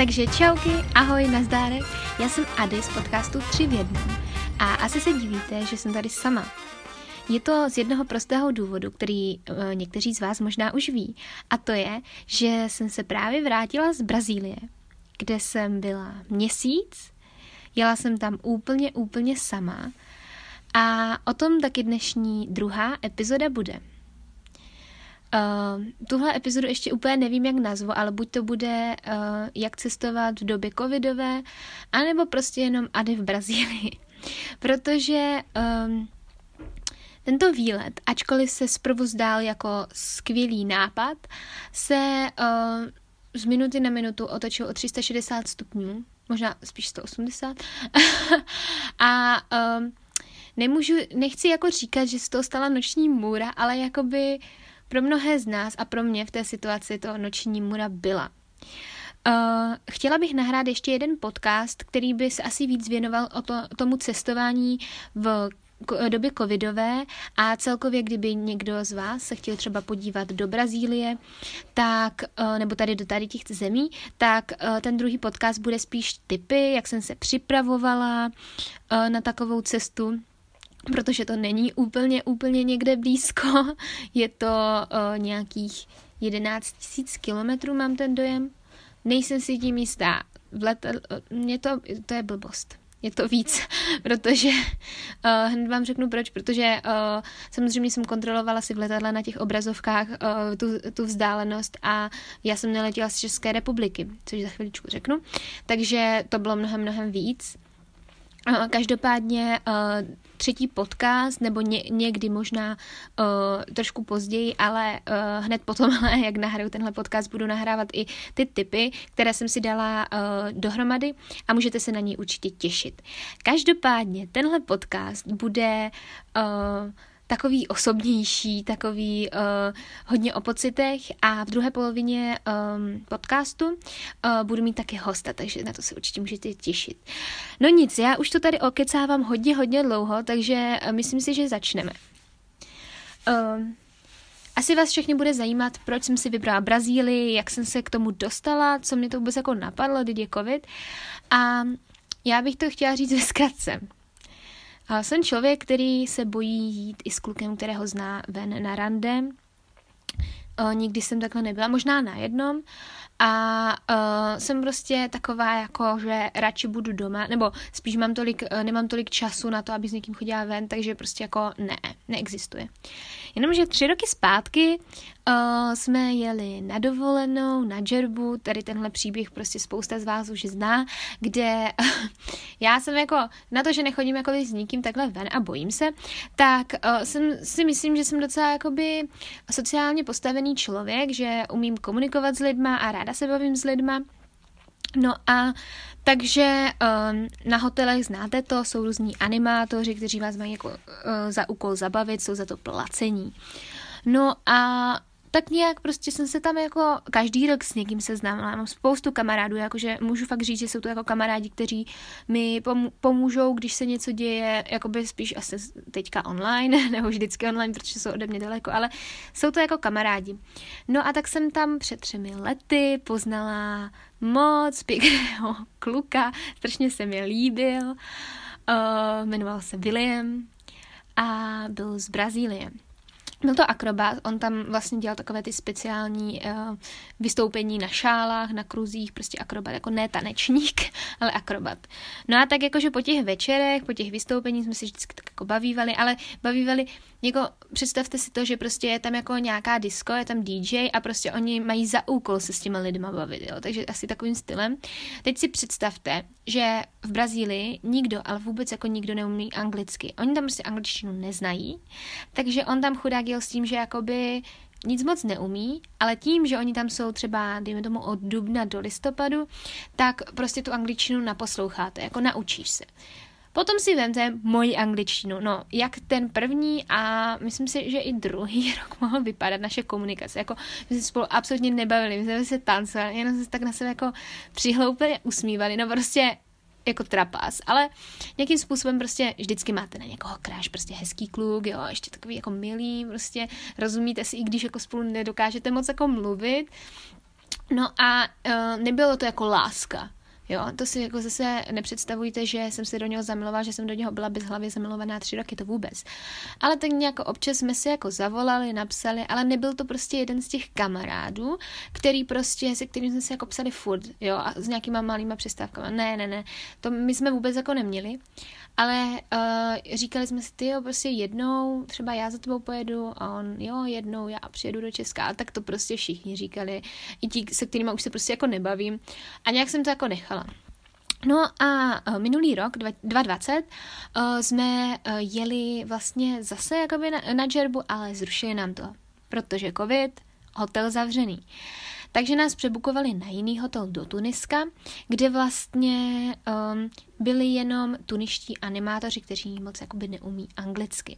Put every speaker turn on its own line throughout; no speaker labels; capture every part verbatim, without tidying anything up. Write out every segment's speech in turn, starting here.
Takže čauky, ahoj, nazdárek, já jsem Ady z podcastu tři v jednom a asi se divíte, že jsem tady sama. Je to z jednoho prostého důvodu, který e, někteří z vás možná už ví, a to je, že jsem se právě vrátila z Brazílie, kde jsem byla měsíc, jela jsem tam úplně, úplně sama a o tom taky dnešní druhá epizoda bude. Uh, tuhle epizodu ještě úplně nevím, jak nazvu, ale buď to bude uh, jak cestovat v době covidové, anebo prostě jenom Ady v Brazílii. Protože um, tento výlet, ačkoliv se zprvu zdál jako skvělý nápad, se uh, z minuty na minutu otočil o tři sta šedesát stupňů, možná spíš sto osmdesát. a um, nemůžu, nechci jako říkat, že z toho stala noční můra, ale jakoby pro mnohé z nás a pro mě v té situaci to noční můra byla. Uh, chtěla bych nahrát ještě jeden podcast, který by se asi víc věnoval o to, tomu cestování v době covidové a celkově, kdyby někdo z vás se chtěl třeba podívat do Brazílie, tak, uh, nebo tady do tady těch zemí, tak uh, ten druhý podcast bude spíš tipy, jak jsem se připravovala uh, na takovou cestu, protože to není úplně, úplně někde blízko. Je to uh, nějakých jedenáct tisíc kilometrů, mám ten dojem. Nejsem si tím jistá. V letel, mě to, to je blbost. Je to víc, protože uh, hned vám řeknu proč, protože uh, samozřejmě jsem kontrolovala si v letadle na těch obrazovkách uh, tu, tu vzdálenost a já jsem neletěla z České republiky, což za chviličku řeknu. Takže to bylo mnohem, mnohem víc. Každopádně uh, třetí podcast, nebo ně, někdy možná uh, trošku později, ale uh, hned potom, jak nahraju tenhle podcast, budu nahrávat i ty tipy, které jsem si dala uh, dohromady a můžete se na něj určitě těšit. Každopádně tenhle podcast bude uh, takový osobnější, takový uh, hodně o pocitech a v druhé polovině um, podcastu uh, budu mít taky hosta, takže na to se určitě můžete těšit. No nic, já už to tady okecávám hodně, hodně dlouho, takže uh, myslím si, že začneme. Uh, asi vás všechny bude zajímat, proč jsem si vybrala Brazílii, jak jsem se k tomu dostala, co mě to vůbec jako napadlo, když je covid. A já bych to chtěla říct ve zkratce. A jsem člověk, který se bojí jít i s klukem, kterého zná, ven na rande. O, nikdy jsem takhle nebyla, možná na jednom. A uh, jsem prostě taková, jako, že radši budu doma, nebo spíš mám tolik, uh, nemám tolik času na to, aby s někým chodila ven, takže prostě jako ne, neexistuje. Jenomže tři roky zpátky uh, jsme jeli na dovolenou, na džerbu, tady tenhle příběh prostě spousta z vás už zná, kde uh, já jsem jako, na to, že nechodím jako s nikým takhle ven a bojím se, tak uh, jsem, si myslím, že jsem docela jakoby sociálně postavený člověk, že umím komunikovat s lidma a ráda se bavím s lidma. No a takže um, na hotelech znáte to, jsou různí animátoři, kteří vás mají jako uh, za úkol zabavit, jsou za to placení. No a tak nějak prostě jsem se tam jako každý rok s někým seznámila. Mám spoustu kamarádů, jakože můžu fakt říct, že jsou to jako kamarádi, kteří mi pomůžou, když se něco děje, jakoby spíš asi teďka online, nebo vždycky online, protože jsou ode mě daleko, ale jsou to jako kamarádi. No a tak jsem tam před třemi lety poznala moc pěkného kluka, strašně se mi líbil, uh, jmenoval se William a byl z Brazílie. Byl to akrobat, on tam vlastně dělal takové ty speciální uh, vystoupení na šálách, na kruzích, prostě akrobat, jako ne tanečník, ale akrobat. No a tak jakože po těch večerech, po těch vystoupení jsme si vždycky tak jako bavívali, ale bavívali, jako představte si to, že prostě je tam jako nějaká disco, je tam dý džej a prostě oni mají za úkol se s těma lidma bavit, jo, takže asi takovým stylem. Teď si představte, že v Brazílii nikdo, ale vůbec jako nikdo neumí anglicky. Oni tam prostě angličtinu neznají, takže on tam chudák jel s tím, že jakoby nic moc neumí, ale tím, že oni tam jsou třeba, dejme tomu, od dubna do listopadu, tak prostě tu angličtinu naposloucháte, jako naučíš se. Potom si vemte moji angličtinu, no jak ten první a myslím si, že i druhý rok mohl vypadat naše komunikace, jako my jsme spolu absolutně nebavili, my jsme se tancovali, jenom se tak na sebe jako přihloupili, usmívali, no prostě jako trapas, ale nějakým způsobem prostě vždycky máte na někoho kráš, prostě hezký kluk, jo, ještě takový jako milý, prostě rozumíte si, i když jako spolu nedokážete moc jako mluvit, No a uh, nebylo to jako láska. Jo, to si jako zase nepředstavujte, že jsem se do něho zamilovala, že jsem do něho byla bez hlavy zamilovaná tři roky, to vůbec. Ale tak nějak občas jsme si jako zavolali, napsali, ale nebyl to prostě jeden z těch kamarádů, který prostě, se kterým jsme si jako psali furt, jo, a s nějakýma malýma přestávkama. Ne, ne, ne, to my jsme vůbec jako neměli, ale uh, říkali jsme si, ty jo, prostě jednou, třeba já za tebou pojedu a on, jo, jednou já přijedu do Česka, a tak to prostě všichni říkali, i ti, se kterýma už se prostě jako nebavím, a nějak jsem to jako nechala. No a minulý rok, dvacet dvacet, jsme jeli vlastně zase jakoby na, na džerbu, ale zrušili nám to, protože covid, hotel zavřený. Takže nás přebukovali na jiný hotel do Tuniska, kde vlastně um, byli jenom tuniští animátoři, kteří moc jakoby neumí anglicky.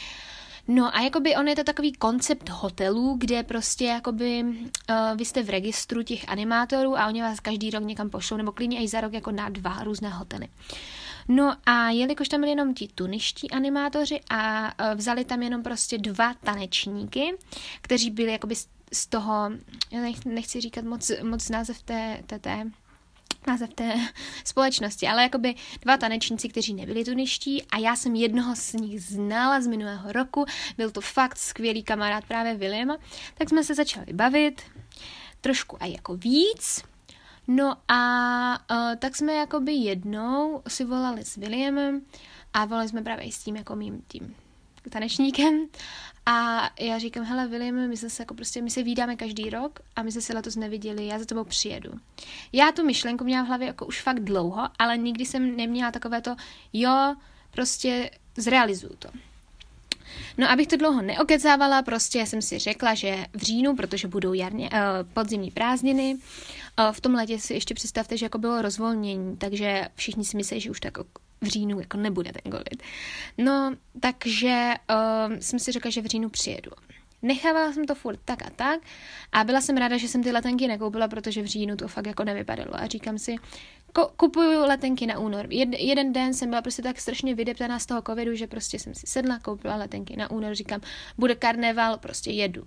No a jakoby on je to takový koncept hotelů, kde prostě jakoby uh, vy jste v registru těch animátorů a oni vás každý rok někam pošlou, nebo klidně i za rok jako na dva různé hotely. No a jelikož tam byli jenom ti tuniští animátoři a uh, vzali tam jenom prostě dva tanečníky, kteří byli jakoby z toho, já nechci říkat moc, moc název té, té, té název té společnosti, ale jakoby dva tanečníci, kteří nebyli tuniští, a já jsem jednoho z nich znala z minulého roku, byl to fakt skvělý kamarád právě William, tak jsme se začali bavit, trošku a jako víc, no a uh, tak jsme jakoby jednou si volali s Williamem a volali jsme právě s tím jako mým tím tanečníkem. A já říkám, hele William, my se jako prostě, my se vídáme každý rok a my jsme se letos neviděli, já za tebou přijedu. Já tu myšlenku měla v hlavě jako už fakt dlouho, ale nikdy jsem neměla takové to, jo, prostě zrealizuju to. No, abych to dlouho neokecávala, prostě jsem si řekla, že v říjnu, protože budou jarně, uh, podzimní prázdniny, uh, v tom letě si ještě představte, že jako bylo rozvolnění, takže všichni si myslí, že už tak v říjnu jako nebude ten covid. No, takže uh, jsem si řekla, že v říjnu přijedu. Nechávala jsem to furt tak a tak a byla jsem ráda, že jsem ty letenky nekoupila, protože v říjnu to fakt jako nevypadalo. A říkám si, ko- kupuju letenky na únor. Jed- jeden den jsem byla prostě tak strašně vydeptaná z toho covidu, že prostě jsem si sedla, koupila letenky na únor, říkám, bude karneval, prostě jedu.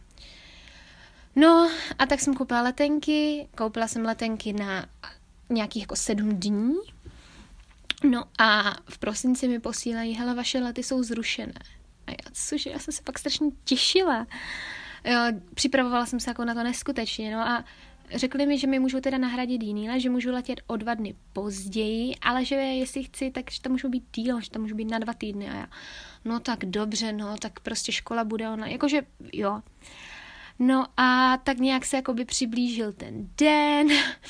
No a tak jsem koupila letenky, koupila jsem letenky na nějakých jako sedm dní. No a v prosinci mi posílají, hele, vaše lety jsou zrušené. A já, cože, já jsem se pak strašně těšila. Jo, připravovala jsem se jako na to neskutečně, no a řekli mi, že mi můžou teda nahradit jiný let, že můžu letět o dva dny později, ale že jestli chci, tak že tam můžu být díl, že tam můžu být na dva týdny. A já, no tak dobře, no, tak prostě škola bude ona, jakože jo. No a tak nějak se jakoby přiblížil ten den.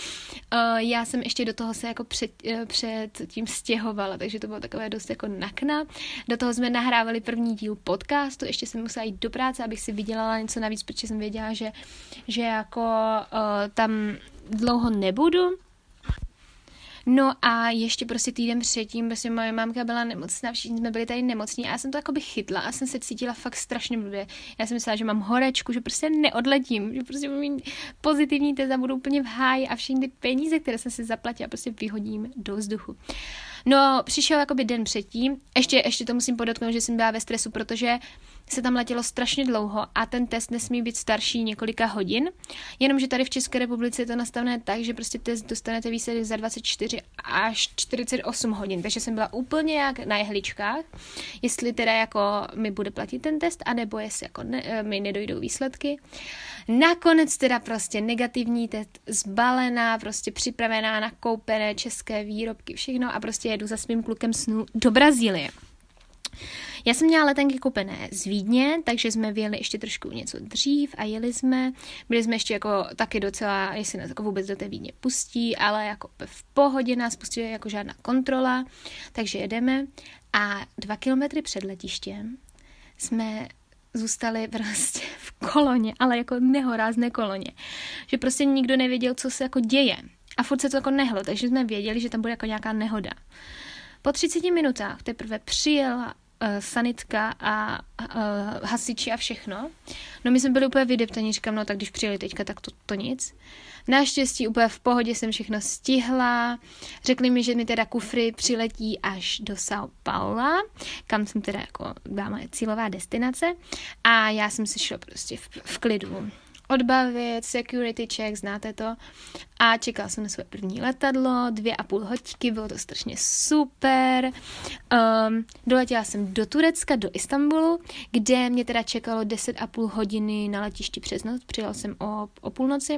Já jsem ještě do toho se jako před, před tím stěhovala, takže to bylo takové dost jako nakna. Do toho jsme nahrávali první díl podcastu, ještě jsem musela jít do práce, abych si vydělala něco navíc, protože jsem věděla, že, že jako tam dlouho nebudu. No a ještě prostě týden předtím, prostě moje mámka byla nemocná, všichni jsme byli tady nemocní a já jsem to jakoby chytla a jsem se cítila fakt strašně blbě. Já jsem myslela, že mám horečku, že prostě neodletím, že prostě mít pozitivní test a budu úplně v háji a všechny ty peníze, které jsem si zaplatila, prostě vyhodím do vzduchu. No, přišel jakoby den předtím, ještě, ještě to musím podotknout, že jsem byla ve stresu, protože se tam letělo strašně dlouho a ten test nesmí být starší několika hodin, jenomže tady v České republice je to nastavené tak, že prostě test dostanete výsledek za dvacet čtyři až čtyřicet osm hodin, takže jsem byla úplně jak na jehličkách, jestli teda jako mi bude platit ten test, anebo jestli jako ne, mi nedojdou výsledky. Nakonec teda prostě negativní test, zbalená, prostě připravená, nakoupené české výrobky, všechno a prostě jedu za svým klukem snů do Brazílie. Já jsem měla letenky koupené z Vídně, takže jsme vyjeli ještě trošku něco dřív a jeli jsme. Byli jsme ještě jako taky docela, jestli nás jako vůbec do té Vídně pustí, ale jako v pohodě nás pustí jako žádná kontrola, takže jedeme a dva kilometry před letištěm jsme zůstali prostě v koloně, ale jako nehorázné koloně, že prostě nikdo nevěděl, co se jako děje a furt se to jako nehlo, takže jsme věděli, že tam bude jako nějaká nehoda. Po třiceti minutách teprve přijela uh, sanitka a uh, hasiči a všechno. No my jsme byli úplně vydeptaní, říkám, no tak když přijeli teďka, tak to, to nic. Naštěstí úplně v pohodě jsem všechno stihla. Řekli mi, že mi teda kufry přiletí až do São Paula, kam jsem teda jako byla moje cílová destinace. A já jsem se šla prostě v, v klidu odbavit, security check, znáte to. A čekala jsem na své první letadlo, dvě a půl hoďky, bylo to strašně super. Um, doletěla jsem do Turecka, do Istanbulu, kde mě teda čekalo deset a půl hodiny na letišti přes noc, přijela jsem o, o půlnoci.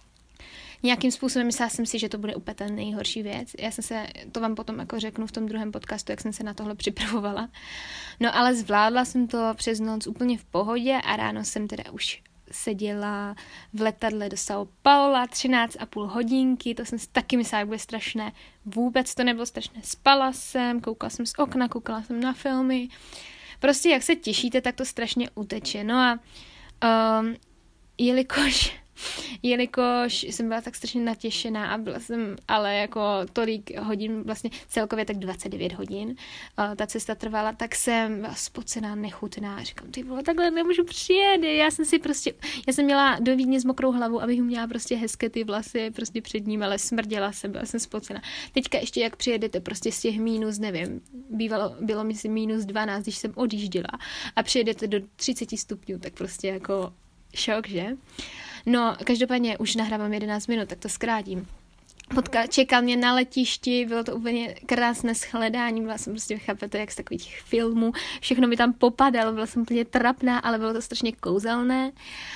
Nějakým způsobem myslela jsem si, že to bude úplně ta nejhorší věc. Já jsem se, to vám potom jako řeknu v tom druhém podcastu, jak jsem se na tohle připravovala. No ale zvládla jsem to přes noc úplně v pohodě a ráno jsem teda už seděla v letadle do São Paula třináct a půl hodinky, to jsem si taky myslela, jak bude strašné. Vůbec to nebylo strašné. Spala jsem, koukala jsem z okna, koukala jsem na filmy. Prostě jak se těšíte, tak to strašně uteče. No a um, jelikož jelikož jsem byla tak strašně natěšená a byla jsem ale jako tolik hodin, vlastně celkově tak dvacet devět hodin, ta cesta trvala, tak jsem byla spocená, nechutná. Říkám, ty vole, takhle nemůžu přijet. Já jsem si prostě, já jsem měla do Vídně s mokrou hlavou, abych měla prostě hezké ty vlasy prostě před ním, ale smrděla jsem, byla jsem spocená. Teďka ještě jak přijedete prostě z těch mínus, nevím, bývalo, bylo mi si mínus dvanáct, když jsem odjížděla a přijedete do třicet stupňů, tak prostě jako šok, že? No, každopádně už nahrávám jedenáct minut, tak to zkrátím. Potka, čekal mě na letišti, bylo to úplně krásné shledání, byla jsem prostě, chápete, jak z takových filmů, všechno mi tam popadalo, byla jsem úplně trapná, ale bylo to strašně kouzelné.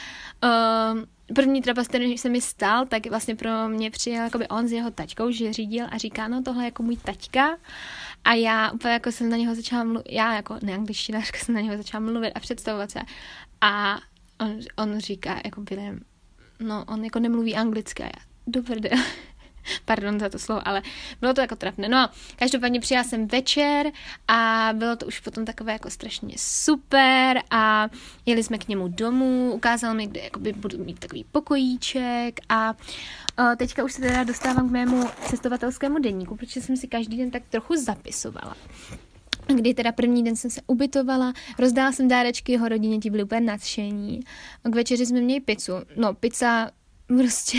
Uh, první trapas, který se mi stal, tak vlastně pro mě přijel jakoby on s jeho taťkou, že řídil a říká, no tohle je jako můj taťka. A já úplně jako jsem na něho začala mluvit, já jako neangličtinařka jsem na něho začala mluvit a představovat se. A on, on říká, jako William, no on jako nemluví anglicky a já, dobře, pardon za to slovo, ale bylo to jako trapné. No a každopádně přijela jsem večer a bylo to už potom takové jako strašně super a jeli jsme k němu domů, ukázal mi, kde jakoby budu mít takový pokojíček a o, teďka už se teda dostávám k mému cestovatelskému deníku, protože jsem si každý den tak trochu zapisovala. Kdy teda první den jsem se ubytovala, rozdala jsem dárečky jeho rodině, ti byli úplně nadšení. K večeři jsme měli pizzu. No, pizza prostě,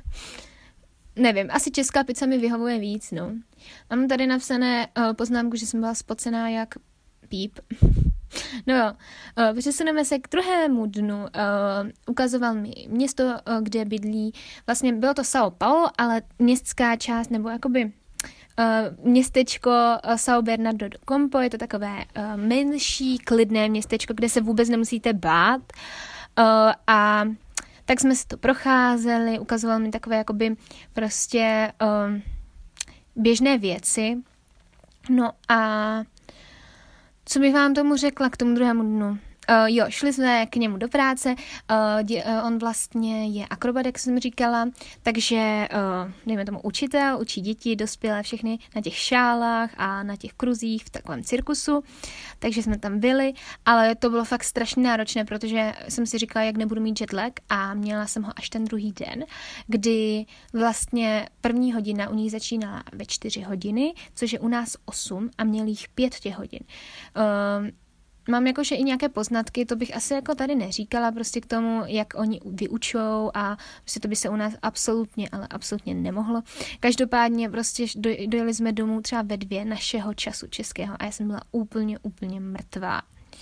nevím, asi česká pizza mi vyhovuje víc, no. Mám tady napsané uh, poznámku, že jsem byla spocená jak píp. No jo, uh, přesuneme se k druhému dnu. Uh, ukazoval mi město, uh, kde bydlí, vlastně bylo to São Paulo, ale městská část, nebo jakoby Uh, městečko uh, São Bernardo do Campo, je to takové uh, menší, klidné městečko, kde se vůbec nemusíte bát. Uh, a tak jsme si to procházeli, ukazoval mi takové jakoby prostě uh, běžné věci. No a co bych vám tomu řekla k tomu druhému dnu? Uh, jo, šli jsme k němu do práce, uh, dě, uh, on vlastně je akrobat, jak jsem říkala, takže, uh, dejme tomu učitel, učí děti, dospělé, všechny na těch šálách a na těch kruzích v takovém cirkusu, takže jsme tam byli, ale to bylo fakt strašně náročné, protože jsem si říkala, jak nebudu mít jetlag a měla jsem ho až ten druhý den, kdy vlastně první hodina u nich začínala ve čtyři hodiny, což je u nás osm a měl jich pět těch hodin. Uh, Mám jakože i nějaké poznatky, to bych asi jako tady neříkala prostě k tomu, jak oni vyučou a prostě to by se u nás absolutně, ale absolutně nemohlo. Každopádně prostě dojeli jsme domů třeba ve dvě našeho času českého a já jsem byla úplně, úplně mrtvá.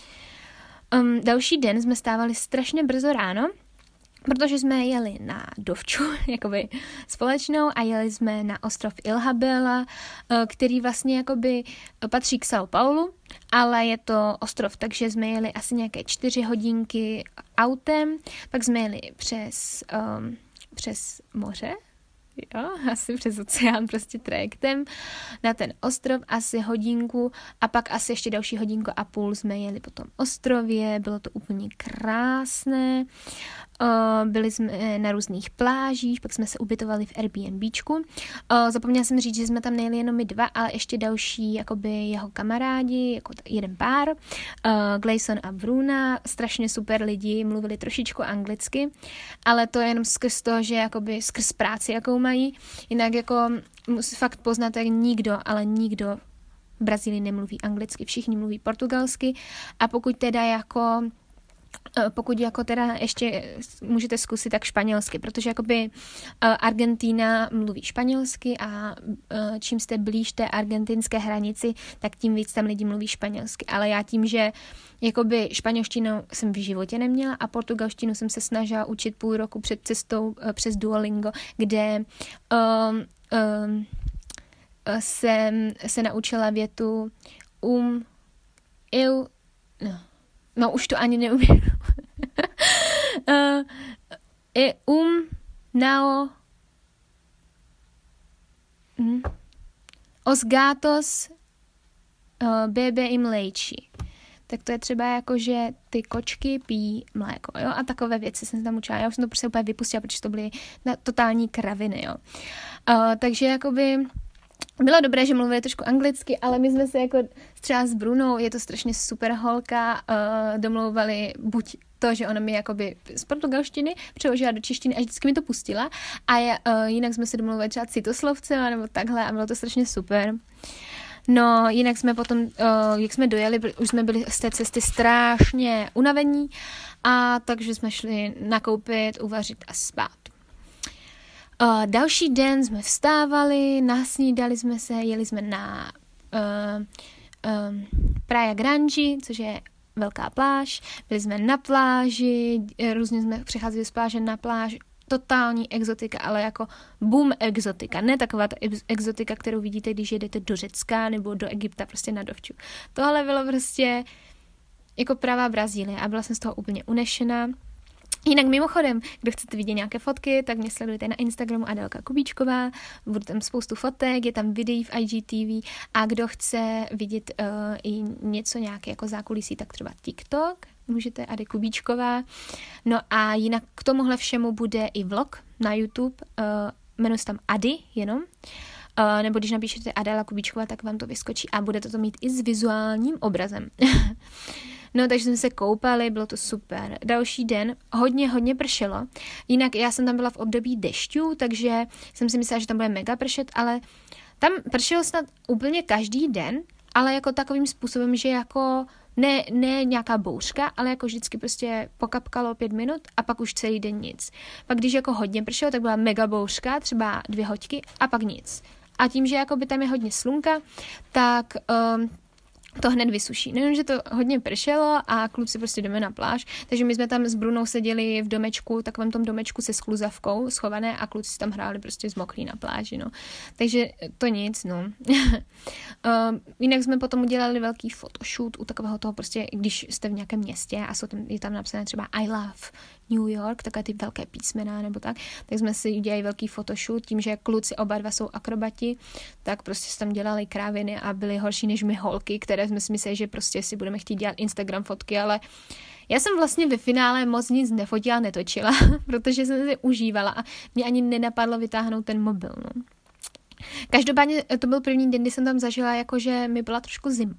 Um, další den jsme stávali strašně brzo ráno, protože jsme jeli na dovču, jakoby společnou a jeli jsme na ostrov Ilhabela, který vlastně jakoby patří k São Paulu, ale je to ostrov, takže jsme jeli asi nějaké čtyři hodinky autem, pak jsme jeli přes, um, přes moře, jo, asi přes oceán, prostě trajektem na ten ostrov, asi hodinku a pak asi ještě další hodinku a půl jsme jeli po tom ostrově, bylo to úplně krásné. Uh, byli jsme na různých plážích, pak jsme se ubytovali v Airbnbčku. Uh, zapomněla jsem říct, že jsme tam nejeli jenom my dva, ale ještě další jakoby jeho kamarádi, jako jeden pár, uh, Gleison a Bruna, strašně super lidi, mluvili trošičku anglicky, ale to je jenom skrz to, že jakoby skrz práci, jakou mají, jinak jako musí fakt poznat, jak nikdo, ale nikdo v Brazílii nemluví anglicky, všichni mluví portugalsky a pokud teda jako pokud jako teda ještě můžete zkusit, tak španělsky, protože jakoby Argentína mluví španělsky a čím jste blíž té argentinské hranici, tak tím víc tam lidi mluví španělsky. Ale já tím, že jakoby španělštinu jsem v životě neměla a portugalštinu jsem se snažila učit půl roku před cestou přes Duolingo, kde um, um, jsem se naučila větu um, eu, no, no už to ani neumím. uh, e um, nao, mm, os gatos uh, bebe im leche. Tak to je třeba jako, že ty kočky pijí mléko, jo, a takové věci jsem se tam učila. Já už jsem to prostě úplně vypustila, protože to byly na totální kraviny, jo. Uh, takže jakoby bylo dobré, že mluvili trošku anglicky, ale my jsme se jako třeba s Brunou, je to strašně super holka, uh, domlouvali buď to, že ona mi jakoby z portugalštiny přeložila do češtiny a vždycky mi to pustila a je, uh, jinak jsme se domlouvali třeba citoslovcem nebo takhle a bylo to strašně super. No, jinak jsme potom, uh, jak jsme dojeli, už jsme byli z té cesty strašně unavení a takže jsme šli nakoupit, uvařit a spát. Uh, další den jsme vstávali, nasnídali jsme se, jeli jsme na uh, um, Praia Grande, což je velká pláž, byli jsme na pláži, různě jsme přecházeli z pláže na pláž, totální exotika, ale jako boom exotika, ne taková ta exotika, kterou vidíte, když jedete do Řecka nebo do Egypta, prostě na dovču. Tohle bylo prostě jako pravá Brazílie a byla jsem z toho úplně unešená. Jinak mimochodem, kdo chcete vidět nějaké fotky, tak mě sledujte na Instagramu Adelka Kubíčková, bude tam spoustu fotek, je tam videí v I G T V a kdo chce vidět uh, i něco nějaké jako zákulisí, tak třeba TikTok, můžete Ady Kubíčková. No a jinak k tomuhle všemu bude i vlog na YouTube, uh, jmenuje se tam Ady jenom, uh, nebo když napíšete Adela Kubíčková, tak vám to vyskočí a budete to mít i s vizuálním obrazem. No, takže jsme se koupali, bylo to super. Další den hodně, hodně pršelo. Jinak já jsem tam byla v období dešťů, takže jsem si myslela, že tam bude mega pršet, ale tam pršelo snad úplně každý den, ale jako takovým způsobem, že jako ne, ne nějaká bouřka, ale jako vždycky prostě pokapkalo pět minut a pak už celý den nic. Pak když jako hodně pršelo, tak byla mega bouřka, třeba dvě hoďky a pak nic. A tím, že jako by tam je hodně slunka, tak um, to hned vysuší. Nevím, že to hodně pršelo a kluci prostě jdeme na pláž, takže my jsme tam s Brunou seděli v domečku, takovém tom domečku se skluzavkou schované a kluci si tam hráli prostě zmoklí na pláži, no. Takže to nic, no. uh, jinak jsme potom udělali velký photoshoot u takového toho prostě, když jste v nějakém městě a jsou tam, je tam napsané třeba I love New York, takové ty velké písmena nebo tak, tak jsme si udělali velký photoshoot, tím, že kluci oba dva jsou akrobati, tak prostě si tam dělali kráviny a byly horší než my holky, které jsme si mysleli, že prostě si budeme chtít dělat Instagram fotky, ale já jsem vlastně ve finále moc nic nefotila, netočila, protože jsem si užívala a mě ani nenapadlo vytáhnout ten mobil, no. Každopádně to byl první den, kdy jsem tam zažila, jako že mi byla trošku zima.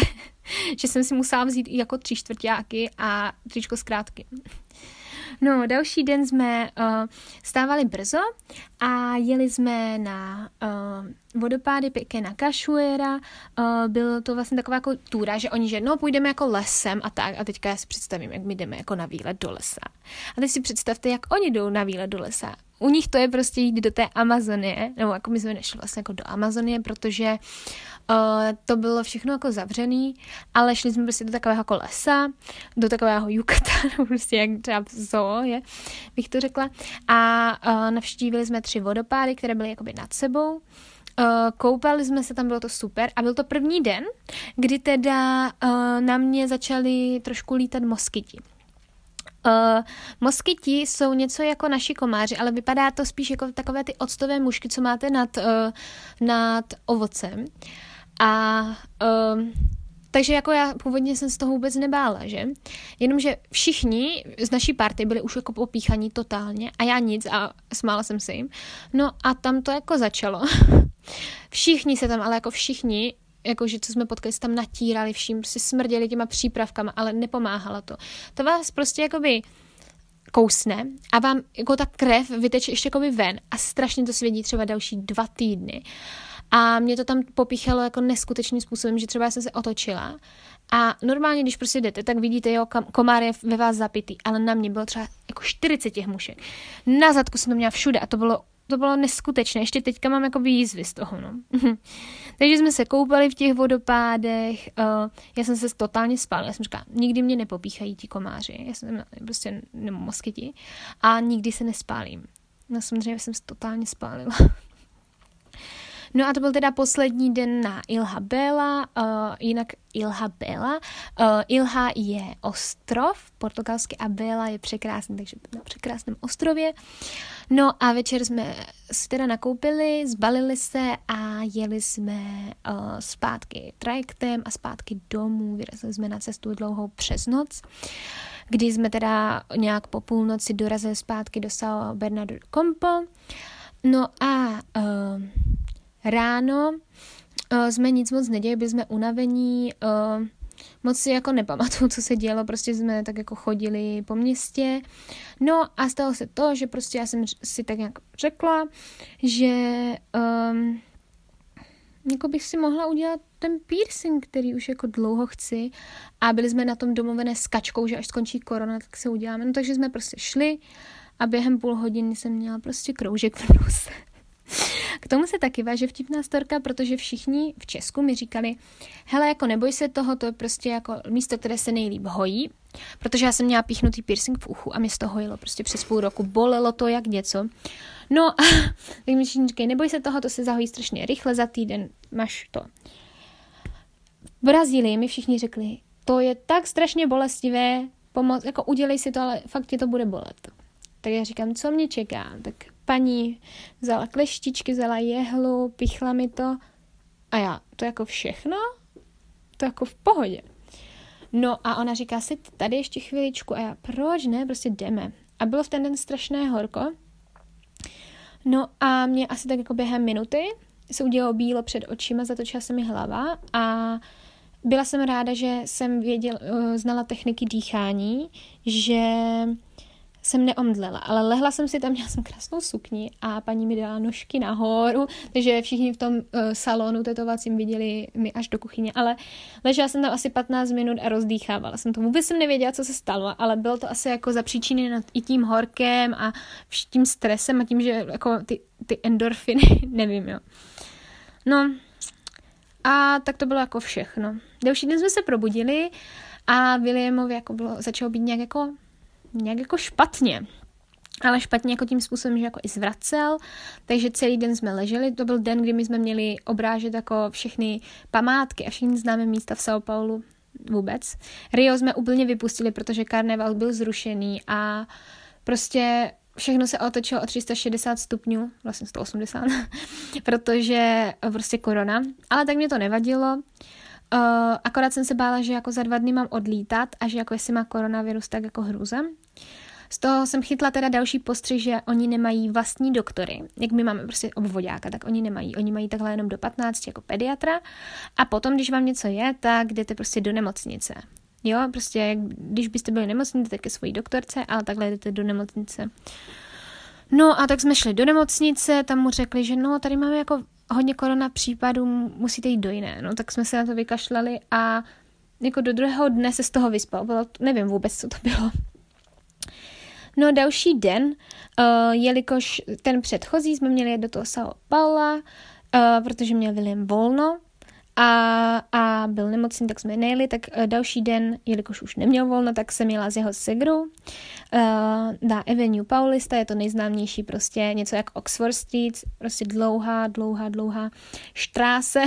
Že jsem si musela vzít i jako tři čtvrťáky a tričko z krátky. No, další den jsme uh, stávali brzo a jeli jsme na uh, vodopády Pequena Cachoeira. Uh, byl to vlastně taková jako túra, že oni, že no, půjdeme jako lesem a tak. A teďka já si představím, jak my jdeme jako na výlet do lesa. A teď si představte, jak oni jdou na výlet do lesa. U nich to je prostě jít do té Amazonie, nebo jako my jsme nešli vlastně jako do Amazonie, protože uh, to bylo všechno jako zavřený, ale šli jsme prostě do takového jako lesa, do takového Yucatánu, prostě jak třeba zoo je, bych to řekla. A uh, navštívili jsme tři vodopády, které byly jakoby nad sebou. Uh, koupali jsme se, tam bylo to super a byl to první den, kdy teda uh, na mě začaly trošku lítat moskyti. Uh, moskyti jsou něco jako naši komáři, ale vypadá to spíš jako takové ty octové mušky, co máte nad, uh, nad ovocem. A uh, takže jako já původně jsem z toho vůbec nebála, že? Jenomže všichni z naší party byli už jako popíchaní totálně a já nic a smála jsem se jim. No a tam to jako začalo. Všichni se tam, ale jako všichni, jakože co jsme potkali, se tam natírali vším, prostě smrděli těma přípravkama, ale nepomáhalo to. To vás prostě jakoby kousne a vám jako ta krev vyteče ještě jakoby ven a strašně to svědí třeba další dva týdny. A mě to tam popíchalo jako neskutečným způsobem, že třeba já jsem se otočila a normálně, když prostě jdete, tak vidíte, jo, komár je ve vás zapitý, ale na mě bylo třeba jako čtyřicet těch mušek. Na zadku jsem to měla všude a to bylo To bylo neskutečné. Ještě teďka mám jako výzvy z toho, no. Takže jsme se koupali v těch vodopádech. Uh, já jsem se totálně spálila. Já jsem říkala, nikdy mě nepopíchají ti komáři. Já jsem prostě nebo moskyti. A nikdy se nespálím. No samozřejmě jsem se totálně spálila. No a to byl teda poslední den na Ilha Bela, uh, jinak Ilha Bela. Uh, Ilha je ostrov, portugalsky, a Bela je překrásný, takže na překrásném ostrově. No a večer jsme si teda nakoupili, zbalili se a jeli jsme uh, zpátky trajektem a zpátky domů. Vyrazili jsme na cestu dlouhou přes noc, kdy jsme teda nějak po půlnoci dorazili zpátky do São Bernardo do Campo. No a uh, ráno uh, jsme nic moc neděli, byli jsme unavení, uh, moc si jako nepamatuju, co se dělo, prostě jsme tak jako chodili po městě. No a stalo se to, že prostě já jsem si tak nějak řekla, že um, jako bych si mohla udělat ten piercing, který už jako dlouho chci, a byli jsme na tom domluvené s Kačkou, že až skončí korona, tak se uděláme. No takže jsme prostě šli a během půl hodiny jsem měla prostě kroužek v nose. K tomu se taky váže vtipná storka, protože všichni v Česku mi říkali, hele, jako neboj se toho, to je prostě jako místo, které se nejlíp hojí, protože já jsem měla píchnutý piercing v uchu a mě z toho hojilo prostě přes půl roku, bolelo to jak něco. No a tak mi všichni říkají, neboj se toho, to se zahojí strašně rychle, za týden máš to. V Brazílii mi všichni řekli, to je tak strašně bolestivé, pomoc, jako udělej si to, ale fakt ti to bude bolet. Tak já říkám, co mě čeká, tak paní vzala kleštičky, vzala jehlu, pichla mi to a já, to jako všechno? To jako v pohodě. No a ona říká, si tady ještě chviličku a já, proč ne, prostě jdeme. A bylo v ten den strašné horko. No a mě asi tak jako během minuty se udělalo bílo před očima, zatočila se mi hlava a byla jsem ráda, že jsem věděla, znala techniky dýchání, že jsem neomdlela, ale lehla jsem si tam, měla jsem krásnou sukni a paní mi dala nožky nahoru, takže všichni v tom uh, salonu tetovacím viděli mi až do kuchyně, ale ležela jsem tam asi patnáct minut a rozdýchávala jsem to. Vůbec jsem nevěděla, co se stalo, ale bylo to asi jako zapříčiněno i tím horkem a tím stresem a tím, že jako ty, ty endorfiny, nevím, jo. No a tak to bylo jako všechno. Další den jsme se probudili a Williamovi jako bylo, začalo být nějak jako nějak jako špatně, ale špatně jako tím způsobem, že jako i zvracel, takže celý den jsme leželi, to byl den, kdy my jsme měli obrážet jako všechny památky a všechny známé místa v São Paulu vůbec. Rio jsme úplně vypustili, protože karneval byl zrušený a prostě všechno se otočilo o tři sta šedesát stupňů, vlastně sto osmdesát, protože prostě korona, ale tak mě to nevadilo. Uh, akorát jsem se bála, že jako za dva dny mám odlítat a že jako jestli má koronavirus, tak jako hrůza. Z toho jsem chytla teda další postřih, že oni nemají vlastní doktory. Jak my máme prostě obvoďáka, tak oni nemají. Oni mají takhle jenom do patnácti jako pediatra a potom, když vám něco je, tak jdete prostě do nemocnice. Jo, prostě jak, když byste byli nemocní, jdete ke svojí doktorce, ale takhle jdete do nemocnice. No a tak jsme šli do nemocnice, tam mu řekli, že no, tady máme jako hodně korona případů, musíte jít do jiné. No tak jsme se na to vykašlali a jako do druhého dne se z toho vyspal. Bylo, nevím vůbec, co to bylo. No další den, uh, jelikož ten předchozí jsme měli jet do toho São Paula, uh, protože měl William volno a, a byl nemocný, tak jsme nejeli, tak uh, další den, jelikož už neměl volno, tak jsem jela s jeho segrou uh, na Avenue Paulista, je to nejznámější prostě něco jak Oxford Street, prostě dlouhá, dlouhá, dlouhá štráse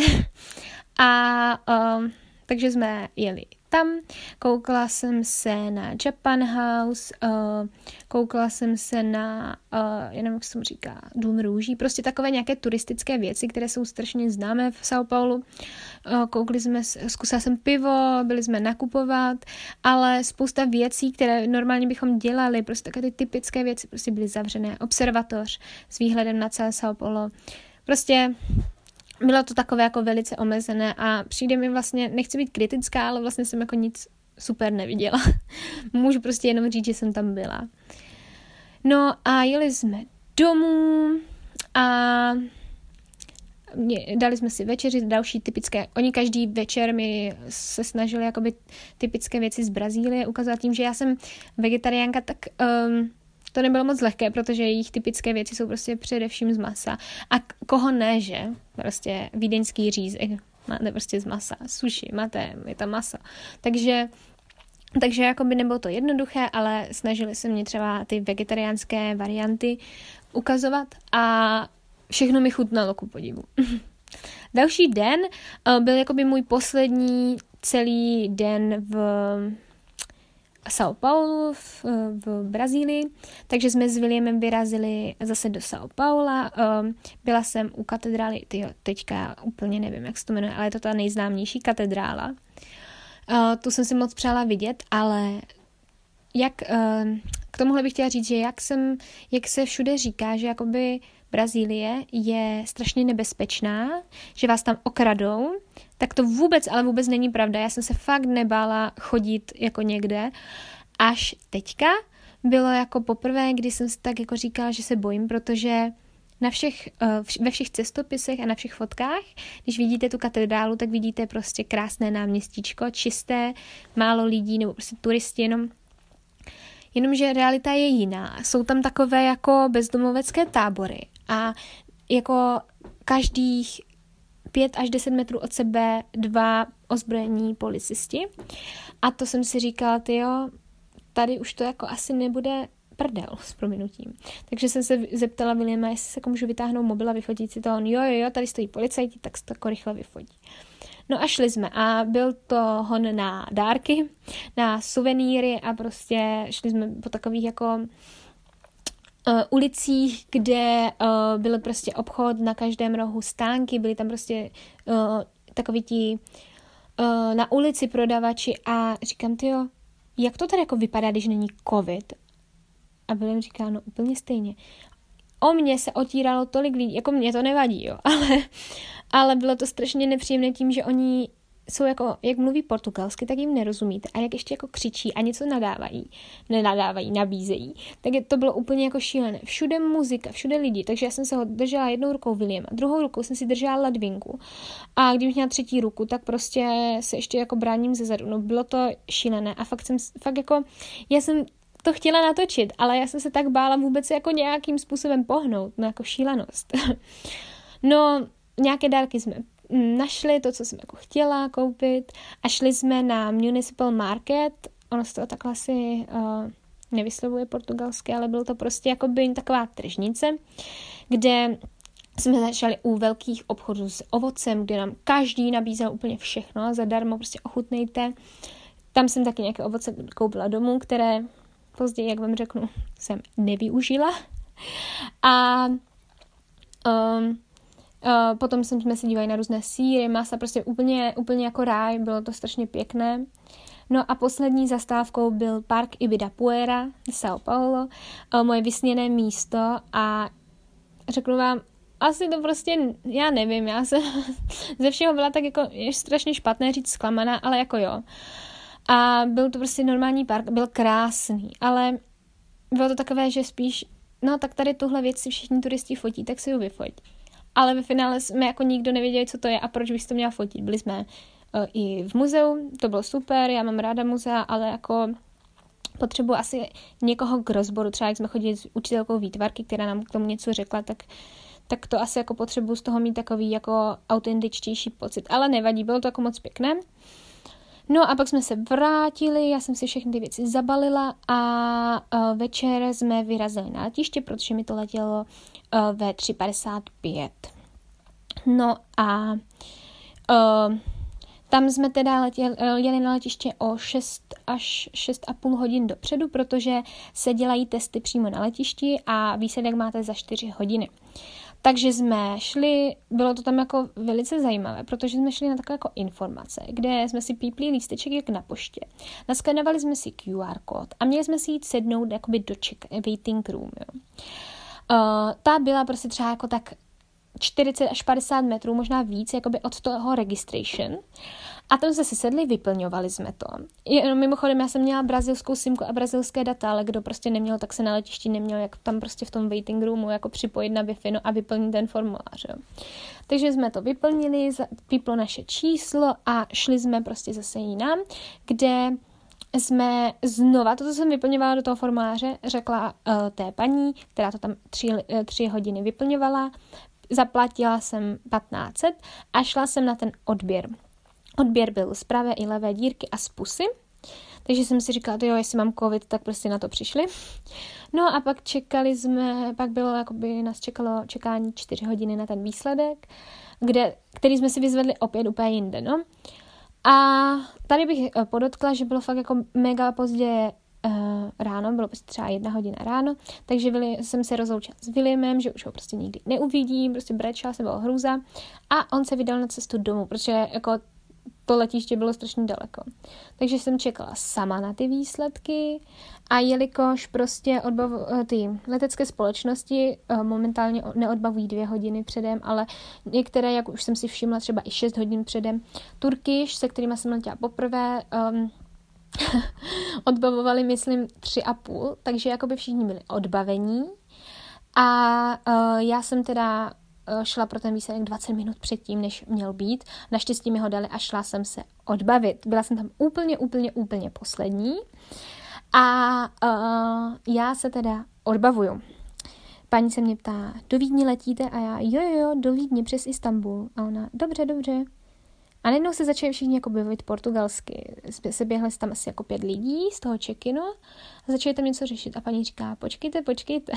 a um, takže jsme jeli tam, koukala jsem se na Japan House, uh, koukala jsem se na, uh, já nevím, jak se tomu říká, Dům růží, prostě takové nějaké turistické věci, které jsou strašně známé v São Paulu. Uh, koukali jsme, zkusila jsem pivo, byli jsme nakupovat, ale spousta věcí, které normálně bychom dělali, prostě takové ty typické věci, prostě byly zavřené. Observatoř s výhledem na celé São Paulo. Prostě bylo to takové jako velice omezené a přijde mi vlastně, nechci být kritická, ale vlastně jsem jako nic super neviděla. Můžu prostě jenom říct, že jsem tam byla. No a jeli jsme domů a dali jsme si večeři, další typické, oni každý večer mi se snažili jakoby typické věci z Brazílie ukazovat tím, že já jsem vegetariánka, tak um, to nebylo moc lehké, protože jejich typické věci jsou prostě především z masa. A koho ne, že? Prostě vídeňský řízek máte prostě z masa, sushi, máte, je tam maso. Takže Takže jakoby nebylo to jednoduché, ale snažili se mě třeba ty vegetariánské varianty ukazovat a všechno mi chutnalo ku podivu. Další den uh, byl jakoby můj poslední celý den v São Paulo, v, v Brazílii, takže jsme s Williamem vyrazili zase do São Paula. Uh, byla jsem u katedrály, tyjo, teďka úplně nevím, jak se to jmenuje, ale je to ta nejznámější katedrála. Uh, tu jsem si moc přála vidět, ale jak, uh, k tomuhle bych chtěla říct, že jak, jsem, jak se všude říká, že jakoby Brazílie je strašně nebezpečná, že vás tam okradou, tak to vůbec, ale vůbec není pravda. Já jsem se fakt nebála chodit jako někde, až teďka bylo jako poprvé, kdy jsem si tak jako říkala, že se bojím, protože na všech, ve všech cestopisech a na všech fotkách, když vidíte tu katedrálu, tak vidíte prostě krásné náměstíčko, čisté, málo lidí nebo prostě turisti, jenom jenomže realita je jiná. Jsou tam takové jako bezdomovecké tábory a jako každých pět až deset metrů od sebe dva ozbrojení policisti a to jsem si říkala, tyjo, tady už to jako asi nebude prdel s prominutím. Takže jsem se zeptala Williama, jestli se můžu vytáhnout mobil a vyfotit si to. On, jo, jo, jo, tady stojí policajti, tak se to jako rychle vyfotí. No a šli jsme a byl to hon na dárky, na suvenýry a prostě šli jsme po takových jako uh, ulicích, kde uh, byl prostě obchod na každém rohu, stánky, byly tam prostě uh, takoví ti uh, na ulici prodavači a říkám, tyjo, jak to tady jako vypadá, když není covid? A William říká, no úplně stejně. O mě se otíralo tolik lidí, jako mě to nevadí, jo, ale, ale bylo to strašně nepříjemné tím, že oni jsou jako, jak mluví portugalsky, tak jim nerozumíte a jak ještě jako křičí a něco nadávají, nenadávají, nabízejí, tak to bylo úplně jako šílené. Všude muzika, všude lidi, takže já jsem se ho držela jednou rukou Williama, druhou rukou jsem si držela ledvinku a když měla třetí ruku, tak prostě se ještě jako bráním ze zadu, no bylo to šílené a fakt jsem, fakt jako, já jsem to chtěla natočit, ale já jsem se tak bála vůbec jako nějakým způsobem pohnout, no jako šílenost. No, nějaké dárky jsme našli, to, co jsem jako chtěla koupit a šli jsme na Municipal Market, ono se to takhle asi uh, nevyslovuje portugalsky, ale bylo to prostě jako by taková tržnice, kde jsme začali u velkých obchodů s ovocem, kde nám každý nabízel úplně všechno, zadarmo, prostě ochutnejte. Tam jsem taky nějaké ovoce koupila domů, které později, jak vám řeknu, jsem nevyužila. A um, uh, potom jsme se dívali na různé sýry, masa, prostě úplně, úplně jako ráj, bylo to strašně pěkné. No a poslední zastávkou byl park Ibirapuera v São Paulo, uh, moje vysněné místo a řeknu vám, asi to prostě, já nevím, já jsem ze všeho byla tak jako, je strašně špatné říct zklamaná, ale jako jo. A byl to prostě normální park, byl krásný, ale bylo to takové, že spíš, no tak tady tuhle věc si všichni turisti fotí, tak si ji vyfotí. Ale ve finále jsme jako nikdo nevěděli, co to je a proč bych to měla fotit. Byli jsme uh, i v muzeu, to bylo super, já mám ráda muzea, ale jako potřebuji asi někoho k rozboru, třeba jak jsme chodili s učitelkou výtvarky, která nám k tomu něco řekla, tak tak to asi jako potřebuji z toho mít takový jako autentičtější pocit. Ale nevadí, bylo to jako moc pěkné. No a pak jsme se vrátili, já jsem si všechny ty věci zabalila a uh, večer jsme vyrazili na letiště, protože mi to letělo uh, ve tři padesát pět. No a uh, tam jsme teda letěli, jeli na letiště o šest až šest a půl hodin dopředu, protože se dělají testy přímo na letišti a výsledek máte za čtyři hodiny. Takže jsme šli, bylo to tam jako velice zajímavé, protože jsme šli na takové jako informace, kde jsme si pípli lísteček jak na poště. Naskenovali jsme si Q R kód a měli jsme si jít sednout jakoby do check, waiting room. Jo. Uh, ta byla prostě třeba jako tak čtyřicet až padesát metrů, možná víc, jakoby od toho registration. A tam jsme si sedli, vyplňovali jsme to. Jenom mimochodem, já jsem měla brazilskou simku a brazilské data, ale kdo prostě neměl, tak se na letišti neměl, jak tam prostě v tom waiting roomu jako připojit na Wi-Fi no a vyplnit ten formulář. Jo. Takže jsme to vyplnili, vyplo naše číslo a šli jsme prostě zase jinam, kde jsme znova, to, co jsem vyplňovala do toho formuláře, řekla uh, té paní, která to tam tři, uh, tři hodiny vyplňovala, zaplatila jsem patnáct set a šla jsem na ten odběr. Odběr byl z pravé i levé dírky a z pusy, takže jsem si říkala, jo, jestli mám covid, tak prostě na to přišli. No a pak čekali jsme, pak bylo, jakoby nás čekalo čekání čtyři hodiny na ten výsledek, kde, který jsme si vyzvedli opět úplně jinde, no. A tady bych podotkla, že bylo fakt jako mega pozdě uh, ráno, bylo prostě třeba jedna hodina ráno, takže Willi, jsem se rozloučila s Williamem, že už ho prostě nikdy neuvidím, prostě brečela se, bylo hrůza a on se vydal na cestu domů, protože jako to letiště bylo strašně daleko. Takže jsem čekala sama na ty výsledky a jelikož prostě odbav, ty letecké společnosti momentálně neodbavují dvě hodiny předem, ale některé, jak už jsem si všimla, třeba i šest hodin předem, Turkish, se kterými jsem letěla poprvé, um, odbavovali, myslím, tři a půl, takže jakoby všichni byli odbavení a uh, já jsem teda šla pro ten výsledek dvacet minut předtím, než měl být. Naštěstí mi ho dali a šla jsem se odbavit. Byla jsem tam úplně, úplně, úplně poslední. A uh, já se teda odbavuju. Paní se mě ptá, do Vídně letíte? A já, jo, jo, jo, do Vídně přes Istanbul. A ona, dobře, dobře. A najednou se začali všichni jako bavit portugalsky. Se běhli tam asi jako pět lidí z toho check-inu a začali tam něco řešit. A paní říká, počkejte, počkejte.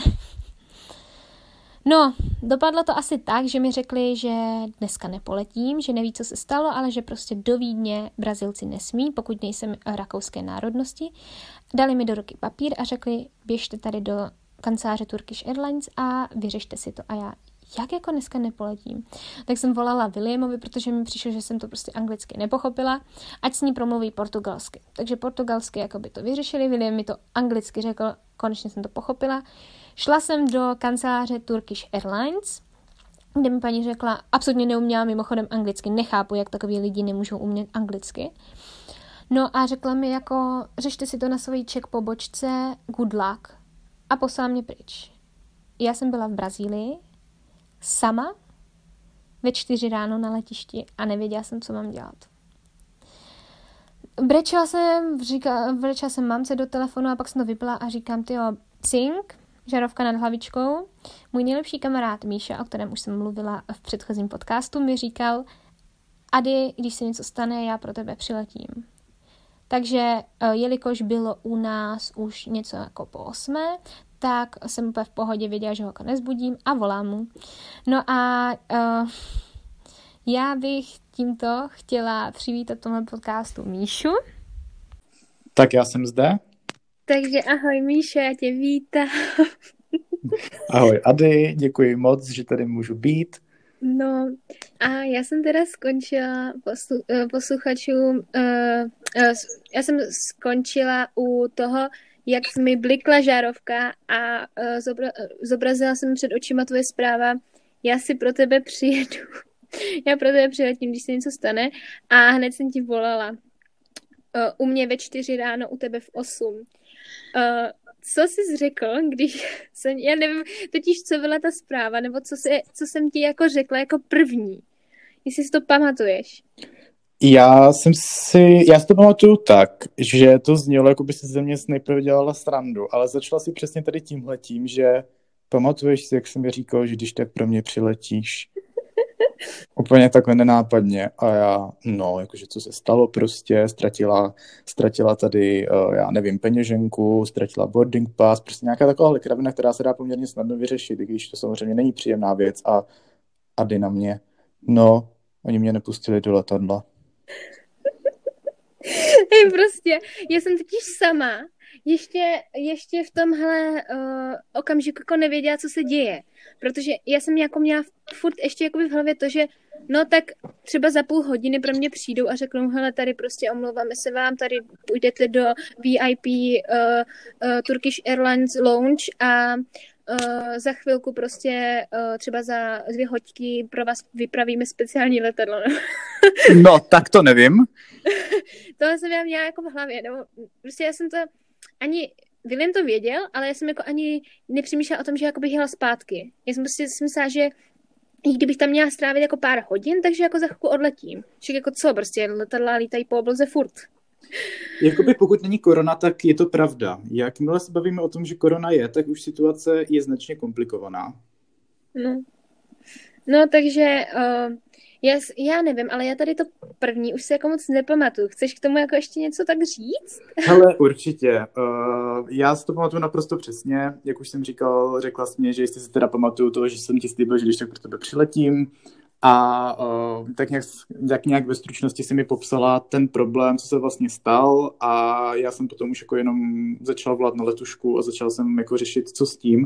No, dopadlo to asi tak, že mi řekli, že dneska nepoletím, že neví, co se stalo, ale že prostě do Vídně Brazilci nesmí, pokud nejsem rakouské národnosti. Dali mi do ruky papír a řekli, běžte tady do kanceláře Turkish Airlines a vyřešte si to. A já, jak jako dneska nepoletím? Tak jsem volala Williamovi, protože mi přišlo, že jsem to prostě anglicky nepochopila, ať s ní promluví portugalsky. Takže portugalsky jako by to vyřešili, William mi to anglicky řekl, konečně jsem to pochopila. Šla jsem do kanceláře Turkish Airlines, kde mi paní řekla, absolutně neuměla mimochodem anglicky, nechápu, jak takový lidi nemůžou umět anglicky. No a řekla mi jako, řešte si to na svojí check pobočce, good luck. A poslala mě pryč. Já jsem byla v Brazílii, sama, ve čtyři ráno na letišti a nevěděla jsem, co mám dělat. Brečela jsem, říká, brečela jsem mamce do telefonu a pak jsem to vypla a říkám, tyjo, cink, žarovka nad hlavičkou. Můj nejlepší kamarád Míša, o kterém už jsem mluvila v předchozím podcastu, mi říkal, Ady, když se něco stane, já pro tebe přiletím. Takže jelikož bylo u nás už něco jako po osmé, tak jsem úplně v pohodě věděla, že ho nezbudím a volám mu. No a uh, já bych tímto chtěla přivítat tomhle podcastu Míšu.
Tak já jsem zde.
Takže ahoj Míšo, já tě vítám.
Ahoj Ady, děkuji moc, že tady můžu být.
No a já jsem teda skončila poslu, posluchačům, uh, uh, já jsem skončila u toho, jak mi blikla žárovka a uh, zobra, zobrazila jsem před očima tvoje zpráva, já si pro tebe přijedu, já pro tebe přiletím, když se něco stane a hned jsem ti volala. Uh, u mě ve čtyři ráno, u tebe v osm. Uh, co jsi řekl, když jsem, já nevím, totiž co byla ta zpráva, nebo co, se, co jsem ti jako řekla jako první, jestli si to pamatuješ.
Já jsem si, já si to pamatuju tak, že to znělo, jako by si ze mě nejprve dělala srandu, ale začala si přesně tady tímhletím, že pamatuješ si, jak jsem mi říkal, že když tak pro mě přiletíš. Úplně takhle nenápadně a já, no, jakože co se stalo prostě, ztratila, ztratila tady, uh, já nevím, peněženku, ztratila boarding pass, prostě nějaká taková kravina, která se dá poměrně snadno vyřešit, i když to samozřejmě není příjemná věc a Ady na mě, no, oni mě nepustili do letadla.
Hej, prostě, já jsem totiž sama, ještě, ještě v tomhle uh, okamžiku jako nevěděla, co se děje. Protože já jsem jako měla furt ještě jakoby v hlavě to, že no tak třeba za půl hodiny pro mě přijdou a řeknou, hele, tady prostě omlouváme se vám, tady půjdete do V I P uh, uh, Turkish Airlines Lounge a uh, za chvilku prostě uh, třeba za dvě hoďky pro vás vypravíme speciální letadlo. No,
no tak to nevím.
Tohle jsem já měla jako v hlavě. No, prostě já jsem to ani... William to věděl, ale já jsem jako ani nepřemýšlela o tom, že jako bych jela zpátky. Já jsem prostě si myslela, že i kdybych tam měla strávit jako pár hodin, takže jako za chvilku odletím. Však jako co, prostě letadla lítají po obloze furt.
Jakoby pokud není korona, tak je to pravda. Jakmile se bavíme o tom, že korona je, tak už situace je značně komplikovaná.
No, no takže uh, já, já nevím, ale já tady to první už se jako moc nepamatuju. Chceš k tomu jako ještě něco tak říct?
Hele, určitě. Uh, já si to pamatuju naprosto přesně. Jak už jsem říkal, řekla jsi mě, že jestli si teda pamatuju to, že jsem ti slíbil, že když tak pro tebe přiletím. A uh, tak, nějak, tak nějak ve stručnosti si mi popsala ten problém, co se vlastně stal, a já jsem potom už jako jenom začal volat na letušku a začal jsem jako řešit, co s tím.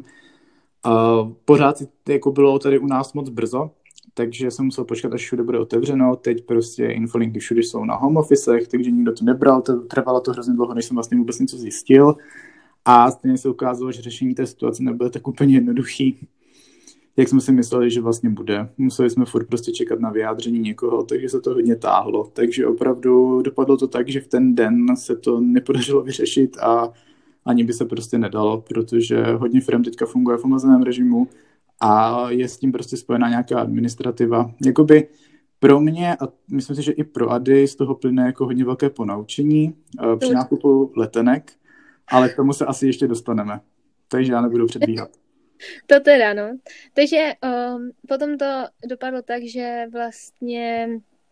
Uh, pořád jako bylo tady u nás moc brzo, takže jsem musel počkat, až všude bude otevřeno. Teď prostě infolinky všude jsou na home officech, takže nikdo to nebral, to, trvalo to hrozně dlouho, než jsem vlastně vůbec něco zjistil. A stejně se ukázalo, že řešení té situace nebude tak úplně jednoduchý, jak jsme si mysleli, že vlastně bude. Museli jsme furt prostě čekat na vyjádření někoho, takže se to hodně táhlo. Takže opravdu dopadlo to tak, že v ten den se to nepodařilo vyřešit a ani by se prostě nedalo, protože hodně firm teďka funguje v omezeném režimu a je s tím prostě spojená nějaká administrativa. Jakoby pro mě, a myslím si, že i pro Ady, z toho plyne jako hodně velké ponaučení uh, při nákupu letenek, ale k tomu se asi ještě dostaneme. Takže já nebudu předbíhat.
To teda, no. Takže um, potom to dopadlo tak, že vlastně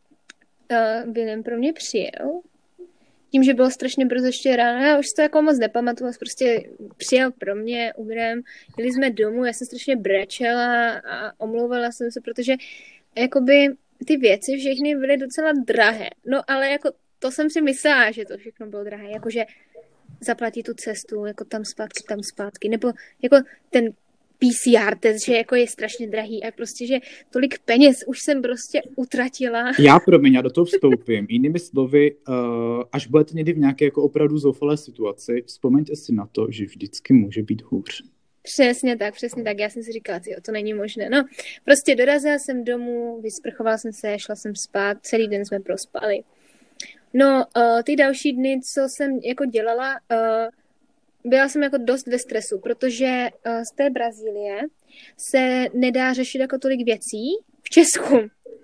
uh, William pro mě přijel. Tím, že bylo strašně brzo ještě ráno, já už to jako moc nepamatuju, prostě přijel pro mě, uvědem, jeli jsme domů, já jsem strašně brečela a omlouvala jsem se, protože jakoby ty věci všechny byly docela drahé. No ale jako to jsem si myslela, že to všechno bylo drahé, jakože zaplatit tu cestu, jako tam zpátky, tam zpátky, nebo jako ten P C R test, že jako je strašně drahý a prostě, že tolik peněz už jsem prostě utratila.
Já, promiň, já do toho vstoupím. Jinými slovy, uh, až budete někdy v nějaké jako opravdu zoufalé situaci, vzpomeňte si na to, že vždycky může být hůř.
Přesně tak, přesně tak. Já jsem si říkala, tyjo, to není možné. No, prostě dorazila jsem domů, vysprchovala jsem se, šla jsem spát, celý den jsme prospali. No, uh, ty další dny, co jsem jako dělala, uh, byla jsem jako dost ve stresu, protože uh, z té Brazílie se nedá řešit jako tolik věcí v Česku.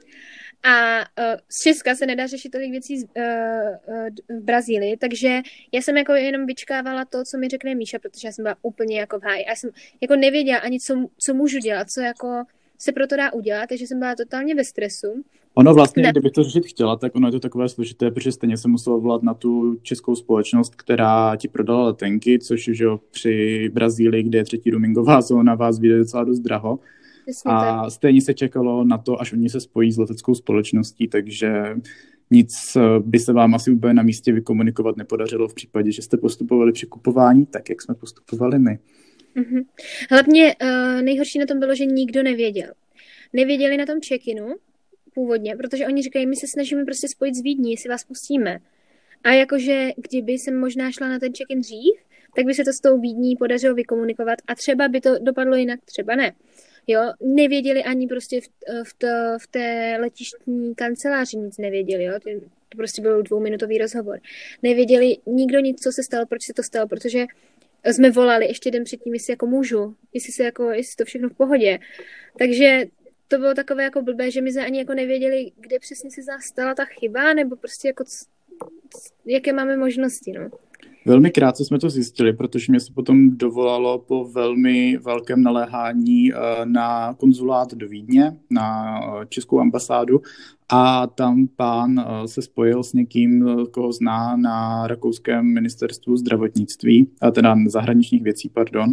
A uh, z Česka se nedá řešit tolik věcí z, uh, uh, v Brazílii, takže já jsem jako jenom vyčkávala to, co mi řekne Míša, protože já jsem byla úplně jako v háji. A já jsem jako nevěděla ani, co, co můžu dělat, co jako se proto dá udělat, takže jsem byla totálně ve stresu.
Ono vlastně, ne. Kdybych to řešit chtěla, tak ono je to takové složité, protože stejně jsem musela volat na tu českou společnost, která ti prodala letenky, což že jo, při Brazílii, kde je třetí roamingová zóna, vás vyjde docela dost draho. Přesně a tak. Stejně se čekalo na to, až oni se spojí s leteckou společností, takže nic by se vám asi úplně na místě vykomunikovat nepodařilo v případě, že jste postupovali při kupování, tak jak jsme postupovali my.
Mm-hmm. Hlavně uh, nejhorší na tom bylo, že nikdo nevěděl. Nevěděli na tom check-inu původně, protože oni říkají, my se snažíme prostě spojit s Vídní, jestli vás pustíme. A jakože kdyby jsem možná šla na ten check-in dřív, tak by se to s tou Vídní podařilo vykomunikovat a třeba by to dopadlo jinak, třeba ne. Jo, nevěděli ani prostě v, v, to, v té letištní kanceláři nic nevěděli, jo, to prostě byl dvouminutový rozhovor. Nevěděli nikdo nic, co se stalo, proč se to stalo, protože jsme volali ještě den předtím, jestli jako můžu, jestli se jako, jestli to všechno v pohodě. Takže to bylo takové jako blbé, že my jsme ani jako nevěděli, kde přesně se stala ta chyba, nebo prostě jako c- c- jaké máme možnosti, no.
Velmi krátce jsme to zjistili, protože mě se potom dovolalo po velmi velkém naléhání na konzulát do Vídně, na českou ambasádu, a tam pán se spojil s někým, koho zná na rakouském ministerstvu zdravotnictví, teda zahraničních věcí, pardon,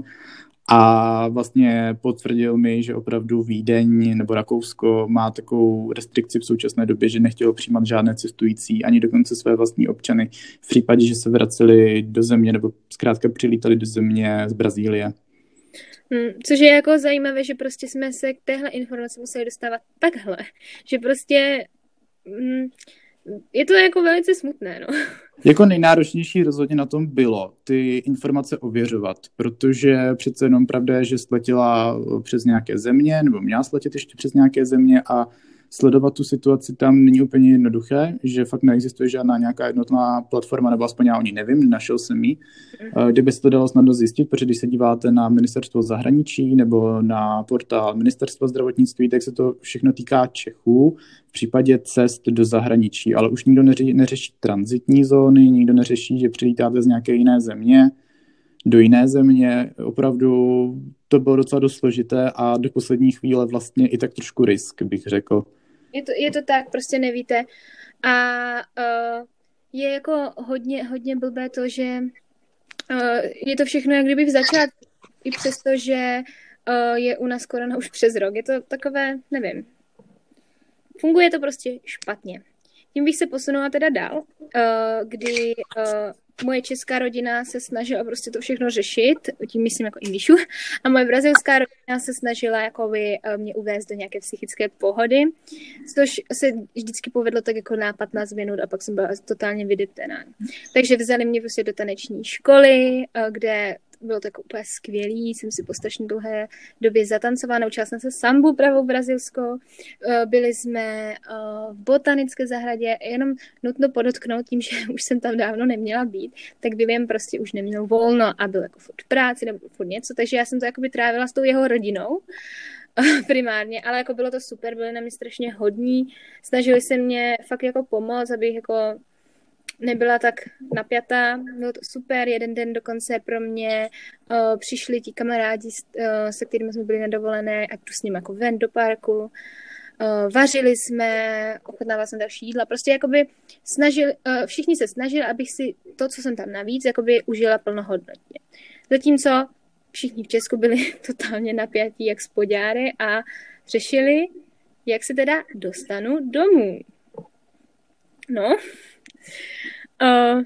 a vlastně potvrdil mi, že opravdu Vídeň nebo Rakousko má takovou restrikci v současné době, že nechtělo přijímat žádné cestující, ani dokonce své vlastní občany v případě, že se vraceli do země nebo zkrátka přilítali do země z Brazílie.
Hmm, což je jako zajímavé, že prostě jsme se k téhle informaci museli dostávat takhle, že prostě hmm, je to jako velice smutné, no.
Jako nejnáročnější rozhodně na tom bylo ty informace ověřovat, protože přece jenom pravda je, že sletila přes nějaké země, nebo měla sletět ještě přes nějaké země a sledovat tu situaci tam není úplně jednoduché, že fakt neexistuje žádná nějaká jednotná platforma, nebo aspoň já o ní nevím, nenašel jsem ji, kdyby se to dalo snadno zjistit, protože když se díváte na ministerstvo zahraničí nebo na portál ministerstva zdravotnictví, tak se to všechno týká Čechů v případě cest do zahraničí, ale už nikdo neři, neřeší tranzitní zóny, nikdo neřeší, že přilítáte z nějaké jiné země do jiné země. Opravdu to bylo docela dost složité a do poslední chvíle vlastně i tak trošku risk, bych řekl.
Je to, je to tak, prostě nevíte. A uh, je jako hodně, hodně blbé to, že uh, je to všechno jak kdyby v začátku, i přesto, že uh, je u nás korona už přes rok. Je to takové, nevím, funguje to prostě špatně. Tím bych se posunula teda dál, uh, kdy uh, moje česká rodina se snažila prostě to všechno řešit, tím myslím jako Indíšu, a moje brazilská rodina se snažila jakoby mě uvést do nějaké psychické pohody, což se vždycky povedlo tak jako na patnáct minut a pak jsem byla totálně vydeptená. Takže vzali mě prostě do taneční školy, kde bylo to jako úplně skvělý, jsem si po strašně dlouhé době zatancovala, naučila jsem se sambu pravou brazilskou, byli jsme v botanické zahradě, jenom nutno podotknout tím, že už jsem tam dávno neměla být, tak William prostě už neměl volno a byl jako furt v práci nebo furt něco, takže já jsem to jakoby trávila s tou jeho rodinou primárně, ale jako bylo to super, byli na mě strašně hodní, snažili se mě fakt jako pomoct, abych jako nebyla tak napjatá, bylo to super, jeden den dokonce pro mě uh, přišli ti kamarádi, uh, se kterými jsme byli na dovolené, ať tu s ním jako ven do parku, uh, vařili jsme, ochutnávala jsem další jídla, prostě jakoby snažili, uh, všichni se snažili, abych si to, co jsem tam navíc, jakoby užila plnohodnotně. Zatímco všichni v Česku byli totálně napjatí jak spodňáry a řešili, jak se teda dostanu domů. No, Uh,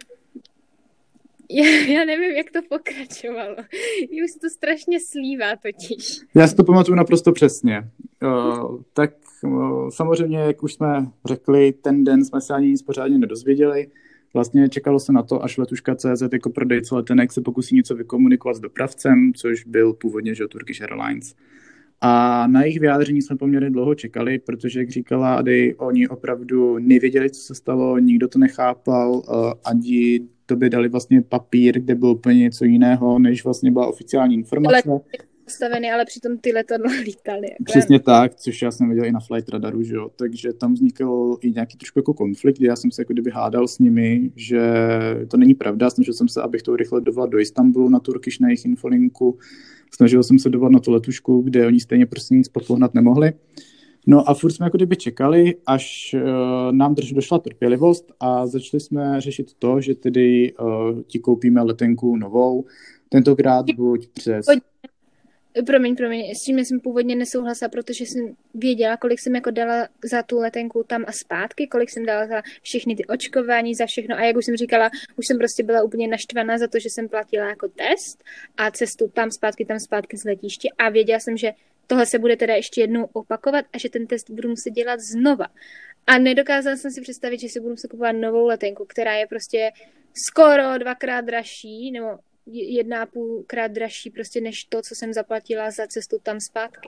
já, já nevím, jak to pokračovalo. Už se to strašně slívá totiž.
Já si to pamatuju naprosto přesně. Uh, tak uh, samozřejmě, jak už jsme řekli, ten den jsme se ani nic pořádně nedozvěděli. Vlastně čekalo se na to, až letuška tečka cé zet jako prodejce letenek se pokusí něco vykomunikovat s dopravcem, což byl původně že Turkish Airlines. A na jejich vyjádření jsme poměrně dlouho čekali, protože, jak říkala Ady, oni opravdu nevěděli, co se stalo, nikdo to nechápal, ani to by dali vlastně papír, kde bylo úplně něco jiného, než vlastně byla oficiální informace.
Postaveny, ale přitom ty letadla lítaly.
Přesně tak, což já jsem viděl i na flight radaru, že jo, takže tam vznikl i nějaký trošku jako konflikt, kdy já jsem se jako kdyby hádal s nimi, že to není pravda, snažil jsem se, abych to rychle dovolal do Istanbulu na Turkish, na jejich infolinku, snažil jsem se dovolat na tu letušku, kde oni stejně prostě nic popohnat nemohli. No a furt jsme jako kdyby čekali, až uh, nám drž došla trpělivost a začali jsme řešit to, že tedy uh, ti koupíme letenku novou, tentokrát buď přes...
Promiň, promiň, s tím jsem původně nesouhlasila, protože jsem věděla, kolik jsem jako dala za tu letenku tam a zpátky, kolik jsem dala za všechny ty očkování, za všechno. A jak už jsem říkala, už jsem prostě byla úplně naštvaná za to, že jsem platila jako test a cestu tam zpátky, tam zpátky z letiště. A věděla jsem, že tohle se bude teda ještě jednou opakovat a že ten test budu muset dělat znova. A nedokázala jsem si představit, že si budu muset kupovat novou letenku, která je prostě skoro dvakrát dražší, nebo jedna a půlkrát dražší prostě než to, co jsem zaplatila za cestu tam zpátky.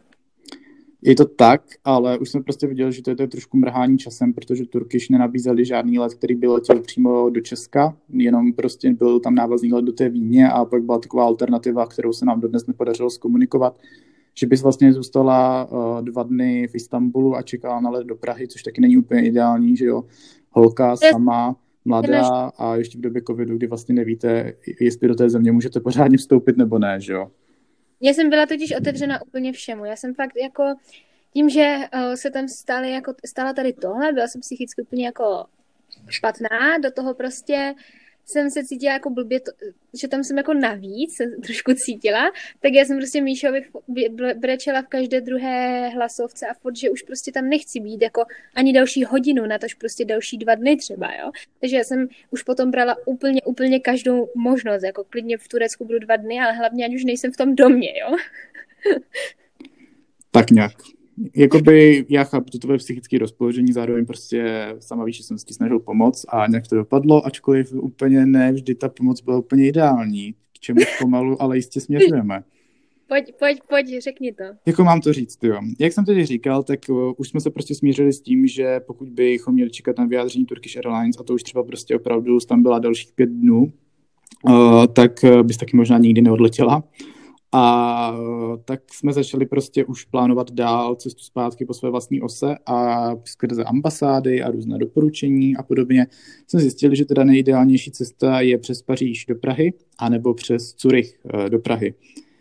Je to tak, ale už jsme prostě viděli, že to je, to je trošku mrhání časem, protože Turkish nenabízeli žádný let, který by letěl přímo do Česka, jenom prostě byl tam návazný let do té Vídně a pak byla taková alternativa, kterou se nám dodnes nepodařilo zkomunikovat, že bys vlastně zůstala uh, dva dny v Istanbulu a čekala na let do Prahy, což taky není úplně ideální, že jo, holka sama, mladá a ještě v době covidu, kdy vlastně nevíte, jestli do té země můžete pořádně vstoupit nebo ne, že jo.
Já jsem byla totiž otevřena úplně všemu. Já jsem fakt jako tím, že uh, se tam stále jako, stála tady tohle, byla jsem psychicky úplně jako špatná, do toho prostě jsem se cítila jako blbě, to, že tam jsem jako navíc, jsem trošku cítila, tak já jsem prostě Míšovi brečela v každé druhé hlasovce a furt, že už prostě tam nechci být jako ani další hodinu, natož prostě další dva dny třeba, jo. Takže já jsem už potom brala úplně, úplně každou možnost, jako klidně v Turecku budu dva dny, ale hlavně ať už nejsem v tom domě, jo.
Tak nějak. jakoby já chápu to tvoje psychické rozpoložení, zároveň prostě sama víš, že jsem si ti snažil pomoct a nějak to dopadlo, ačkoliv úplně ne, vždy ta pomoc byla úplně ideální, k čemu pomalu, ale jistě směřujeme.
Pojď, pojď, pojď, řekni to.
Jako mám to říct, jo. Jak jsem tedy říkal, tak uh, už jsme se prostě smířili s tím, že pokud bychom měli čekat na vyjádření Turkish Airlines, a to už třeba prostě opravdu tam byla dalších pět dnů, uh, tak uh, bys taky možná nikdy neodletěla. A uh, tak jsme začali prostě už plánovat dál cestu zpátky po své vlastní ose a skrze ambasády a různé doporučení a podobně jsme zjistili, že teda nejideálnější cesta je přes Paříž do Prahy anebo přes Curych uh, do Prahy.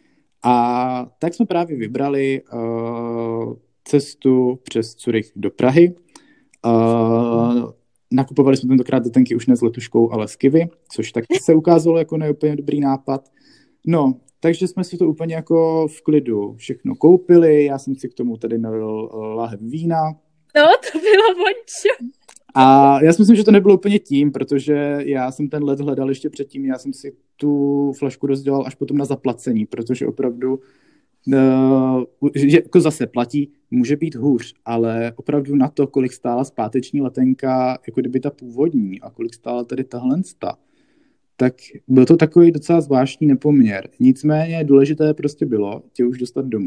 A tak jsme právě vybrali uh, cestu přes Curych do Prahy. Uh, nakupovali jsme tentokrát letenky už ne s letuškou, ale s Kivy, což taky se ukázalo jako neúplně dobrý nápad. No, takže jsme si to úplně jako v klidu všechno koupili. Já jsem si k tomu tady nalil uh, láhev vína.
No, to bylo vončo.
A já si myslím, že to nebylo úplně tím, protože já jsem ten let hledal ještě předtím, já jsem si tu flašku rozdělal až potom na zaplacení, protože opravdu uh, že jako zase platí, může být hůř, ale opravdu na to, kolik stála zpáteční letenka, jako kdyby ta původní a kolik stála tady tahle, tak byl to takový docela zvláštní nepoměr. Nicméně důležité prostě bylo tě už dostat domů.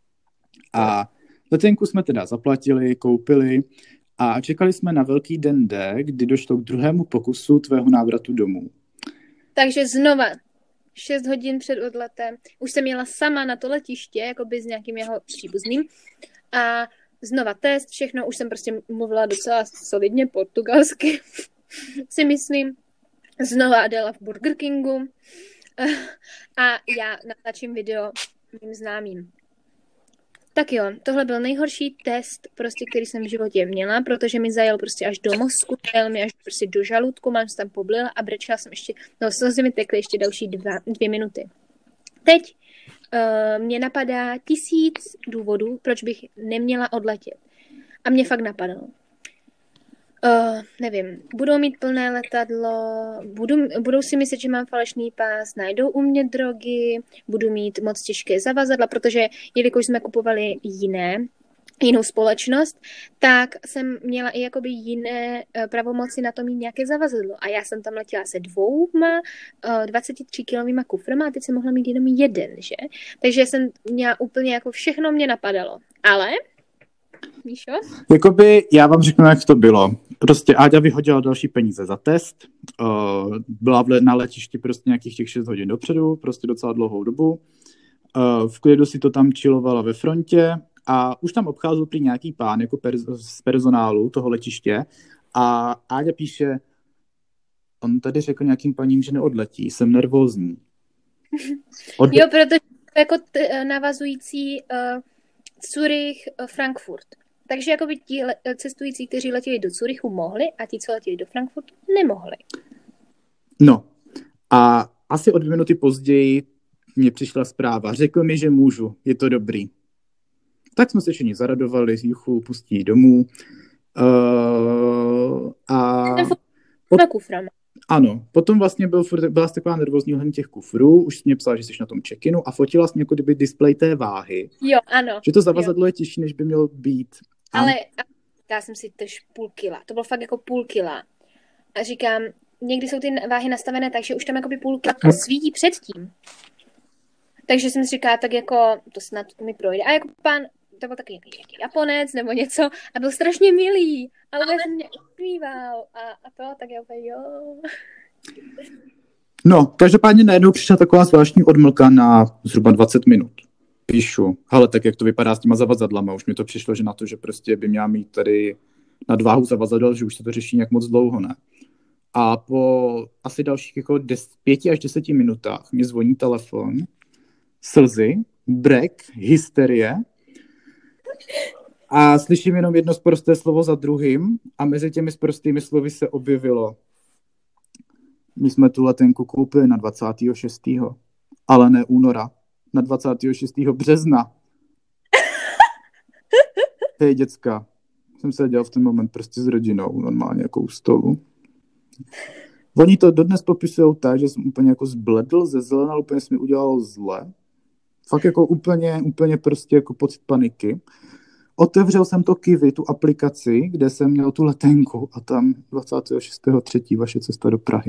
A letenku jsme teda zaplatili, koupili, a čekali jsme na velký den D, kdy došlo k druhému pokusu tvého návratu domů.
Takže znova, šest hodin před odletem, už jsem jela sama na to letiště, jako by s nějakým jeho příbuzným. A znova test, všechno, už jsem prostě mluvila docela solidně portugalsky, si myslím. Znova Adela v Burger Kingu. A já natáčím video mým známým. Tak jo, tohle byl nejhorší test, prostě, který jsem v životě měla, protože mi zajel prostě až do mozku, zajel mi až prostě do žaludku, mám se tam poblila a brečela jsem ještě, no slzy mi tekly ještě další dva, dvě minuty. Teď uh, mě napadá tisíc důvodů, proč bych neměla odletět. A mě fakt napadalo. Uh, nevím, budou mít plné letadlo, budu, budou si myslet, že mám falešný pás, najdou u mě drogy, budu mít moc těžké zavazadla, protože jelikož jsme kupovali jiné, jinou společnost, tak jsem měla i jakoby jiné uh, pravomoci na to mít nějaké zavazadlo. A já jsem tam letěla se dvouma uh, dvacetitříkilovýma kuframa a teď jsem mohla mít jenom jeden, že? Takže jsem měla úplně jako všechno mě napadalo. Ale... Míšo?
Jakoby, já vám řeknu, jak to bylo. Prostě Áďa vyhodila další peníze za test, uh, byla na letišti prostě nějakých těch šest hodin dopředu, prostě docela dlouhou dobu. Uh, v klidu si to tam chillovala ve frontě a už tam obcházel prý nějaký pán jako per- z personálu toho letiště a Áďa píše, on tady řekl nějakým paním, že neodletí, jsem nervózní.
Od... Jo, protože jako t- navazující uh, Zurich, uh, Frankfurt. Takže jako by ti cestující, kteří letěli do Curychu, mohli a ti, co letěli do Frankfurtu, nemohli.
No a asi o dvě minuty později mě přišla zpráva. Řekl mi, že můžu, je to dobrý. Tak jsme se všichni zaradovali, juchu, pustí domů. Uh, a...
Pot... Na kuframa.
Ano, potom vlastně byl, byla taková nervózní ohledně těch kufrů, už mě psala, že jsi na tom check-inu a fotila jsi jako kdyby displej té váhy.
Jo, ano.
Že to zavazadlo je těžší, než by mělo být. A...
Ale dala jsem si tež půl kila, to bylo fakt jako půl kila. A říkám, někdy jsou ty váhy nastavené tak, že už tam jakoby půl kila svítí předtím. Takže jsem si říkala, tak jako to snad mi projde. A jako pán, to byl taky nějaký Japonec nebo něco a byl strašně milý, ale jsem mě usmíval a, a to, tak já úplně jo.
No, každopádně najednou přišla taková zvláštní odmlka na zhruba dvacet minut. Píšu, ale tak jak to vypadá s těma zavazadlama, už mi to přišlo, že na to, že prostě by měla mít tady nadváhu zavazadel, že už se to řeší nějak moc dlouho, ne? A po asi dalších jako des, pěti až deseti minutách mě zvoní telefon, slzy, brek, hysterie a slyším jenom jedno sprosté slovo za druhým a mezi těmi sprostými slovy se objevilo. My jsme tu letenku koupili na dvacátého šestého ale ne února, na dvacátého šestého března. Hej, děcka, jsem seděl v ten moment prostě s rodinou, normálně jako u stolu. Oni to dodnes popisujou tak, že jsem úplně jako zbledl, zezelenal, úplně se mi udělalo zle. Fakt jako úplně, úplně prostě jako pocit paniky. otevřel jsem to Kiwi, tu aplikaci, kde jsem měl tu letenku a tam dvacátého šestého třetího vaše cesta do Prahy.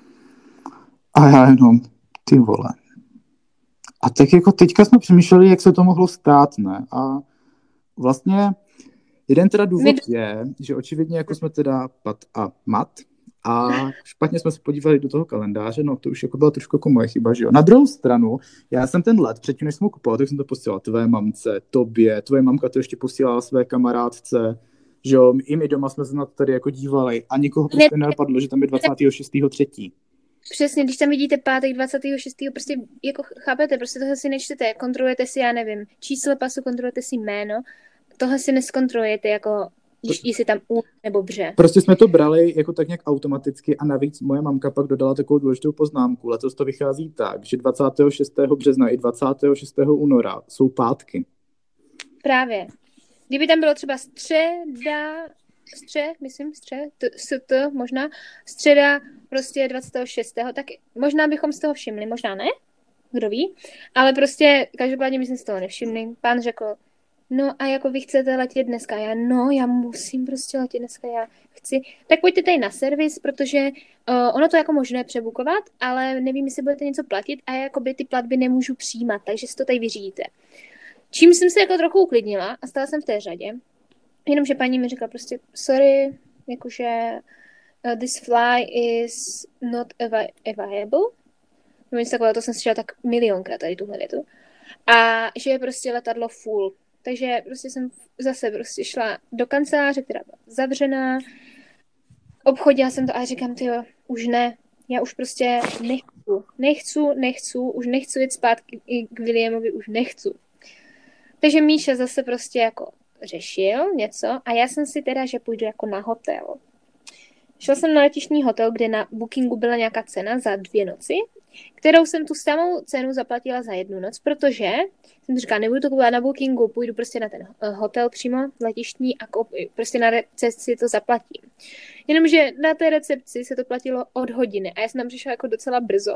A já jenom, ty vole. A tak jako teďka jsme přemýšleli, jak se to mohlo stát, ne? A vlastně jeden teda důvod je, že očividně jako jsme teda pat a mat a špatně jsme se podívali do toho kalendáře, no to už jako byla trošku jako moje chyba, že jo. Na druhou stranu, já jsem ten let, předtím než jsem ho kupoval, tak jsem to posílal tvé mamce, tobě, tvoje mamka to ještě posílala své kamarádce, že jo, i my doma jsme se na to tady jako dívali a nikoho prostě nenapadlo, že tam je dvacátého šestého třetího
Přesně, když tam vidíte pátek dvacátého šestého prostě jako chápete, prostě tohle si nečtete, kontrolujete si, já nevím, číslo pasu, kontrolujete si jméno, tohle si neskontrolujete jako, když jestli tam U nebo bře.
Prostě jsme to brali jako tak nějak automaticky a navíc moje mamka pak dodala takovou důležitou poznámku. Letos to vychází tak, že dvacátého šestého března i dvacátého šestého února jsou pátky.
Právě. Kdyby tam bylo třeba středa, stře, myslím, stře, t, s, t, možná, středa prostě dvacátého šestého tak možná bychom z toho všimli, možná ne, kdo ví, ale prostě každopádně my jsme z toho nevšimli. Pán řekl, no a jako vy chcete letět dneska, já no, já musím prostě letět dneska, já chci, tak pojďte tady na servis, protože uh, ono to jako možné přebukovat, ale nevím, jestli budete něco platit a jakoby ty platby nemůžu přijímat, takže si to tady vyřídíte. Čím jsem se jako trochu uklidnila a stala jsem v té řadě, jenomže paní mi řekla prostě, sorry, jakože uh, this fly is not avi- available. No něco takového, to jsem slyšela tak milionkrát tady tuhle větu. A že je prostě letadlo full. Takže prostě jsem zase prostě šla do kanceláře, která byla zavřená. Obchodila jsem to a říkám, tyjo, už ne. Já už prostě nechci. Nechci, nechci, už nechci jít zpátky k Williamovi, už nechci. Takže Míša zase prostě jako řešil něco a já jsem si teda, že půjdu jako na hotel. Šla jsem na letištní hotel, kde na bookingu byla nějaká cena za dvě noci, kterou jsem tu samou cenu zaplatila za jednu noc, protože jsem říkala, nebudu to kupovat na bookingu, půjdu prostě na ten hotel přímo letištní a prostě na recepci to zaplatím. Jenomže na té recepci se to platilo od hodiny a já jsem tam přišla jako docela brzo.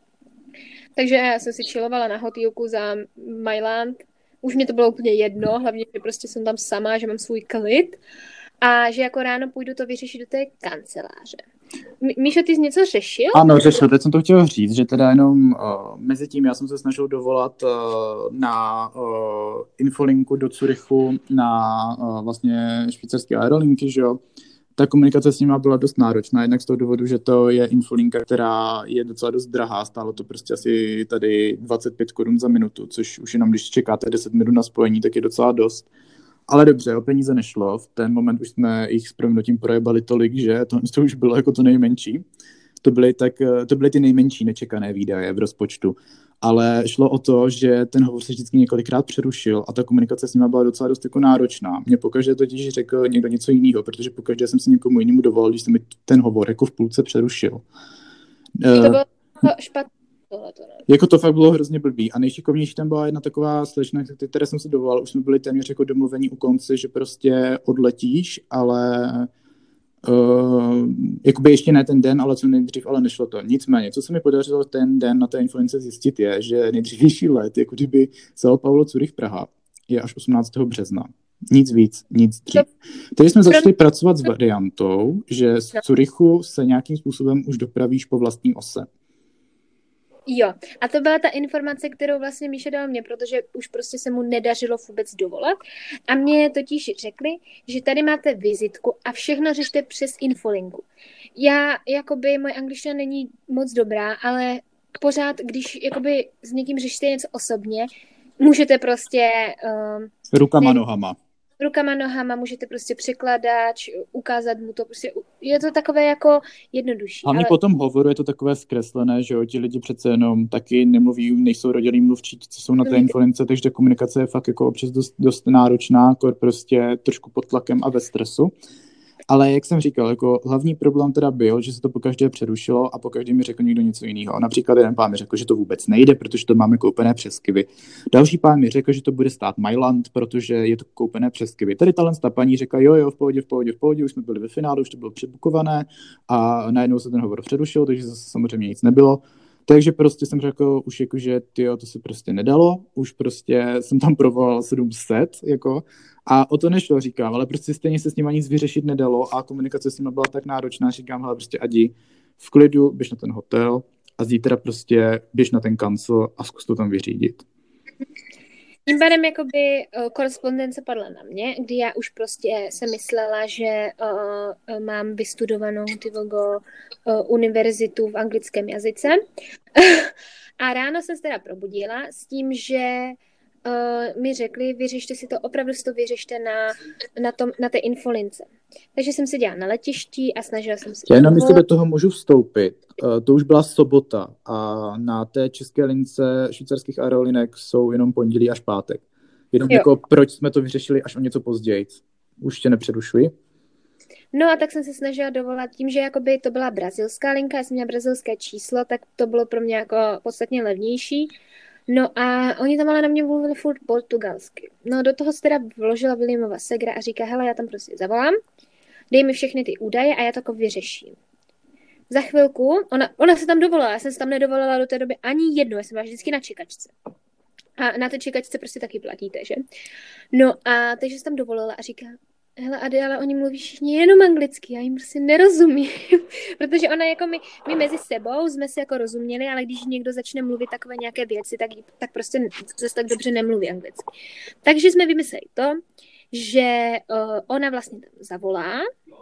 Takže já jsem si chillovala na hotýlku za Mailand. Už mě to bylo úplně jedno, hlavně, že prostě jsem tam sama, že mám svůj klid a že jako ráno půjdu to vyřešit do té kanceláře. Míšo, ty jsi něco řešil?
Ano, řešil, teď jsem to chtěl říct, že teda jenom uh, mezi tím já jsem se snažil dovolat uh, na uh, infolinku do Curychu na uh, vlastně švýcarské aerolinky, že jo. Ta komunikace s nima byla dost náročná, jednak z toho důvodu, že to je infolinka, která je docela dost drahá, stálo to prostě asi tady dvacet pět korun za minutu, což už jenom když čekáte deset minut na spojení, tak je docela dost. Ale dobře, o peníze nešlo, v ten moment už jsme jich s prominutím projebali tolik, že to, to už bylo jako to nejmenší. To byly, tak, to byly ty nejmenší nečekané výdaje v rozpočtu. Ale šlo o to, že ten hovor se vždycky několikrát přerušil a ta komunikace s nima byla docela dost jako náročná. Mě pokaždé totiž řekl někdo něco jiného, protože pokaždé jsem si někomu jinému dovolil, když se mi ten hovor jako v půlce přerušil.
To bylo špatné. Tohleto, ne?
Jako to fakt bylo hrozně blbý. A nejšikovnější tam byla jedna taková slečna, které jsem si dovolal, už jsme byli téměř jako domluvení u konce, že prostě odletíš, ale uh, jakoby ještě ne ten den, ale co nejdřív, ale nešlo to. Nicméně, co se mi podařilo ten den na té infolince zjistit je, že nejdřívější let, jako kdyby São Paulo Zurich Praha, je až osmnáctého března. Nic víc, nic dřív. Teď jsme začali pracovat s variantou, že z Curychu se nějakým způsobem už dopravíš po vlastní ose.
Jo, a to byla ta informace, kterou vlastně Míša dala mě, protože už prostě se mu nedařilo vůbec dovolat. A mě totiž řekli, že tady máte vizitku a všechno řešte přes infolinku. Já, jakoby, moje angličtina není moc dobrá, ale pořád, když jakoby s někým řešíte něco osobně, můžete prostě... Um,
Rukama, ne, nohama.
Rukama, nohama, můžete prostě překládat, ukázat mu to, prostě je to takové jako jednodušší.
Hlavně ale... po tom hovoru je to takové zkreslené, že jo, ti lidi přece jenom taky nemluví, nejsou rodilí mluvčí, co jsou na té infolince, takže ta komunikace je fakt jako občas dost, dost náročná, kor prostě trošku pod tlakem a ve stresu. Ale jak jsem říkal, jako hlavní problém teda byl, že se to pokaždé přerušilo a pokaždé mi řekl někdo něco jiného. Například jeden pán mi řekl, že to vůbec nejde, protože to máme koupené přes Kiwi. Další pán mi řekl, že to bude stát Mailand, protože je to koupené přes Kiwi. Tady tahle ta paní řekla, jo, jo, v pohodě, v pohodě, v pohodě, už jsme byli ve finále, už to bylo přebukované a najednou se ten hovor přerušil, takže zase samozřejmě nic nebylo. Takže prostě jsem řekl už jako, že tyjo, to se prostě nedalo, už prostě jsem tam provolal sedm set, jako, a o to nešlo, říkám, ale prostě stejně se s nima nic vyřešit nedalo a komunikace s nimi byla tak náročná, říkám, hele, prostě Adi, v klidu, běž na ten hotel a zítra prostě běž na ten kancel a zkus to tam vyřídit.
Tím pádem jakoby uh, korespondence padla na mě, kdy já už prostě jsem myslela, že uh, mám vystudovanou ty vogo uh, univerzitu v anglickém jazyce. A ráno jsem se teda probudila s tím, že uh, mi řekli, vyřešte si to, opravdu si to vyřešte na, na, tom, na té infolince. Takže jsem seděla na letišti a snažila jsem se...
Já jenom jestli do toho můžu vstoupit. Uh, to už byla sobota a na té české lince švýcarských aerolinek jsou jenom pondělí až pátek. Jenom jo. Jako proč jsme to vyřešili až o něco později. Už tě nepřerušuji.
No a tak jsem se snažila dovolat tím, že jakoby to byla brazilská linka, já jsem měla brazilské číslo, tak to bylo pro mě jako podstatně levnější. No a oni tam ale na mě mluvili furt portugalsky. No do toho se teda vložila Williamova segra a říká, hele, já tam prostě zavolám, dej mi všechny ty údaje a já to jako vyřeším. Za chvilku, ona, ona se tam dovolala, já jsem se tam nedovolala do té doby ani jednu, já jsem byla vždycky na čekačce. A na té čekačce prostě taky platíte, že? No a takže se tam dovolila a říká, hele Ady, ale oni mluví všichni jenom anglicky, já jim prostě nerozumím, protože ona jako my, my mezi sebou jsme si jako rozuměli, ale když někdo začne mluvit takové nějaké věci, tak, tak prostě zase tak dobře nemluví anglicky. Takže jsme vymysleli to, že uh, ona vlastně tam zavolá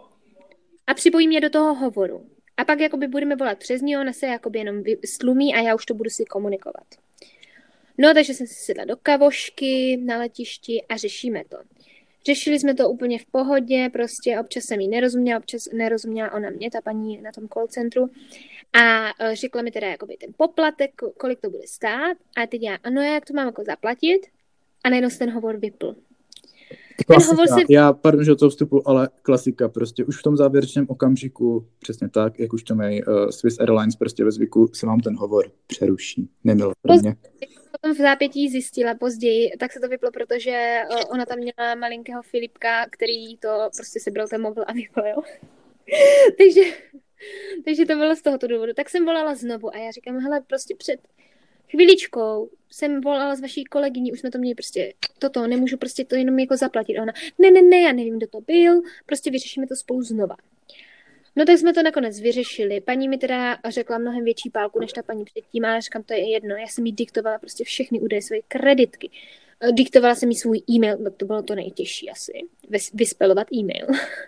a připojí mě do toho hovoru. A pak jakoby budeme volat přes ní, ona se jakoby jenom stlumí a já už to budu si komunikovat. No, takže jsem si sedla do kavošky na letišti a řešíme to. Řešili jsme to úplně v pohodě, prostě občas jsem jí nerozuměla, občas nerozuměla ona mě, ta paní na tom call centru. A řekla mi teda jakoby ten poplatek, kolik to bude stát. A teď já, ano, jak to mám jako zaplatit? A najednou se ten hovor vypl.
Klasika. Se... Já, pardon, že od toho vstupu, ale klasika prostě. Už v tom závěrečném okamžiku, přesně tak, jak už to mají uh, Swiss Airlines prostě ve zvyku, se vám ten hovor přeruší. Nemilosrdně.
Potom v zápětí zjistila později, tak se to vyplo, protože uh, ona tam měla malinkého Filipka, který to prostě sebral ten mobil a vypl, jo. takže, takže to bylo z tohoto důvodu. Tak jsem volala znovu a já říkám, hele, prostě před chviličkou jsem volala s vaší kolegyní, už jsme to měli prostě toto, nemůžu prostě to jenom jako zaplatit. A ona, ne, ne, ne, já nevím, kdo to byl, prostě vyřešíme to spolu znova. No tak jsme to nakonec vyřešili. Paní mi teda řekla mnohem větší pálku, než ta paní předtím, ale říkám, to je jedno. Já jsem jí diktovala prostě všechny údaje, svoje kreditky. Diktovala jsem jí svůj e-mail, to bylo to nejtěžší asi, vyspelovat e-mail.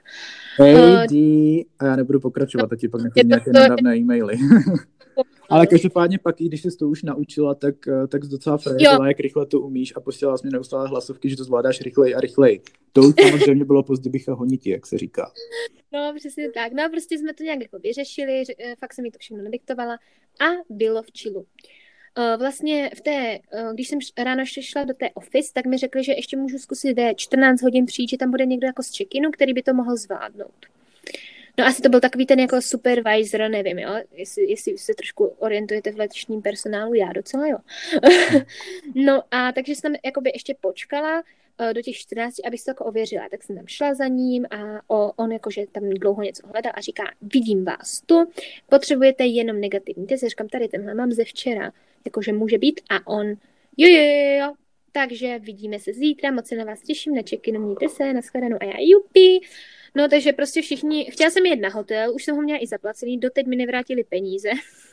Hej, a já nebudu pokračovat, a ti pak nechodí nějaké nedávné e-maily. Ale každopádně pak, i když jsi to už naučila, tak, tak jsi docela frézovala, jak rychle to umíš a posílala jsi mě neustále hlasovky, že to zvládáš rychleji a rychleji. To už samozřejmě bylo pozdě bycha honití, jak se říká.
No, přesně tak. No a prostě jsme to nějak jako vyřešili, fakt jsem mi to všechno nadiktovala a bylo v chillu. Vlastně v té, když jsem ráno ještě šla do té office, tak mi řekli, že ještě můžu zkusit ve čtrnáct hodin přijít, že tam bude někdo jako z check-inu, který by to mohl zvládnout. No asi to byl takový ten jako supervisor, nevím, jo, jestli, jestli se trošku orientujete v letišním personálu, já docela jo. No a takže jsem tam jakoby ještě počkala uh, do těch čtrnácti, abych to jako ověřila, tak jsem tam šla za ním a o, on jakože tam dlouho něco hledal a říká, vidím vás tu, potřebujete jenom negativní test, říkám, tady tenhle mám ze včera, jakože může být a on, jo, jo, jo, jo, takže vidíme se zítra, moc se na vás těším, na check-in, mějte se, nashledanou a já jupi. No, takže prostě všichni, chtěla jsem jet na hotel, už jsem ho měla i zaplacený, doteď mi nevrátili peníze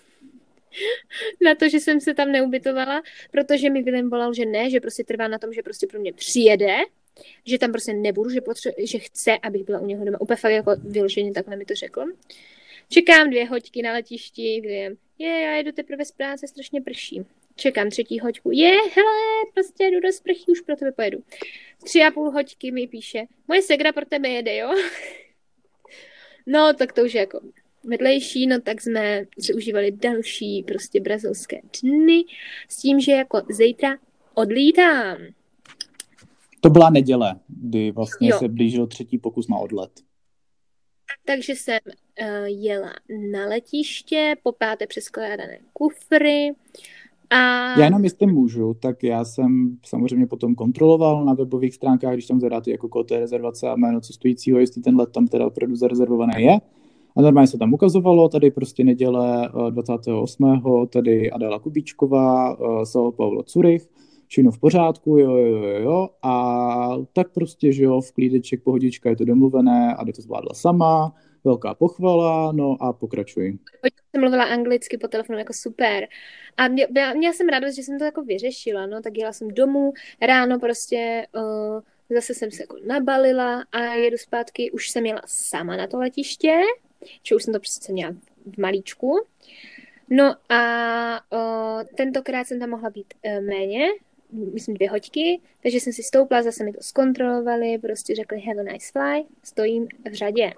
na to, že jsem se tam neubytovala, protože mi Willem volal, že ne, že prostě trvá na tom, že prostě pro mě přijede, že tam prostě nebudu, že, potře- že chce, abych byla u něho doma. Úplně fakt jako vyloženě takhle mi to řekl. Čekám dvě hoďky na letišti, William, je, já jedu teprve z práce, strašně prší. Čekám třetí hoďku, je, hele, prostě jdu do sprchy, už pro tebe pojedu. Tři a půl hoďky mi píše, moje segra pro tebe jede, jo? No, tak to už je jako vedlejší, no tak jsme si užívali další prostě brazilské dny s tím, že jako zítra odlítám.
To byla neděle, kdy vlastně jo. se blížil třetí pokus na odlet.
Takže jsem uh, jela na letiště, po páté přeskládané kufry. A...
Já jenom jestli můžu, tak já jsem samozřejmě potom kontroloval na webových stránkách, když tam zadáte jako kód té rezervace a jméno cestujícího, jestli ten let tam teda opravdu zarezervovaný je. A normálně se tam ukazovalo, tady prostě neděle dvacátého osmého tady Adéla Kubíčková, Sao Paulo Zurich, všechno v pořádku, jo, jo, jo, jo, a tak prostě, že jo, v klídeček, pohodička, je to domluvené, a to zvládla sama, velká pochvala, no a pokračuji.
Jsem mluvila anglicky po telefonu, jako super. A mě, měla jsem radost, že jsem to jako vyřešila, no, tak jela jsem domů, ráno prostě uh, zase jsem se jako nabalila a jedu zpátky, už jsem jela sama na to letiště, že už jsem to přece měla v malíčku. No a uh, tentokrát jsem tam mohla být uh, méně, myslím dvě hoďky, takže jsem si stoupla, zase mi to zkontrolovali, prostě řekli have a nice fly, stojím v řadě.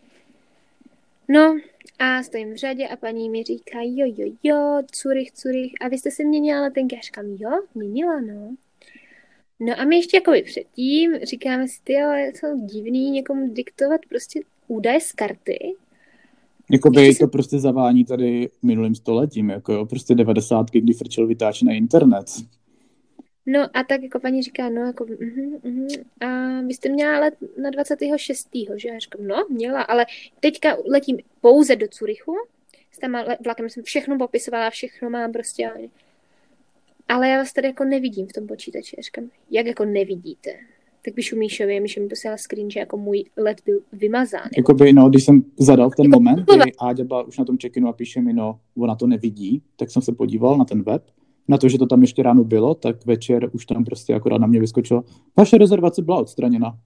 No a stojím v řadě a paní mi říká jo, jo, jo, Zurich, Zurich, a vy jste se měnila letenky? Já říkám, jo, měnila, no. No a my ještě jakoby předtím říkáme si, tyjo, je to divný někomu diktovat prostě údaje z karty.
Jakoby ještě to se... prostě zavání tady minulým stoletím, jako jo, prostě devadesátky, kdy frčel vytáč na internet.
No a tak jako paní říká, no jako, uh-huh, uh-huh. A vy jste měla let na dvacátého šestého že? Já říkám, no, měla, ale teďka letím pouze do Curychu, s tam vlakem jsem všechno popisovala, všechno mám prostě, ale já vás tady jako nevidím v tom počítači. Já říkám, jak jako nevidíte? Tak píšu Míšovi, Míša mi poslala screen, že jako můj let byl vymazán.
Jakoby, no, když jsem zadal v ten jako moment, kdy Áďa byla už na tom check-inu a píše mi, no, ona to nevidí, tak jsem se podíval na ten web, na to, že to tam ještě ráno bylo, tak večer už tam prostě akorát na mě vyskočilo. Vaše rezervace byla odstraněna.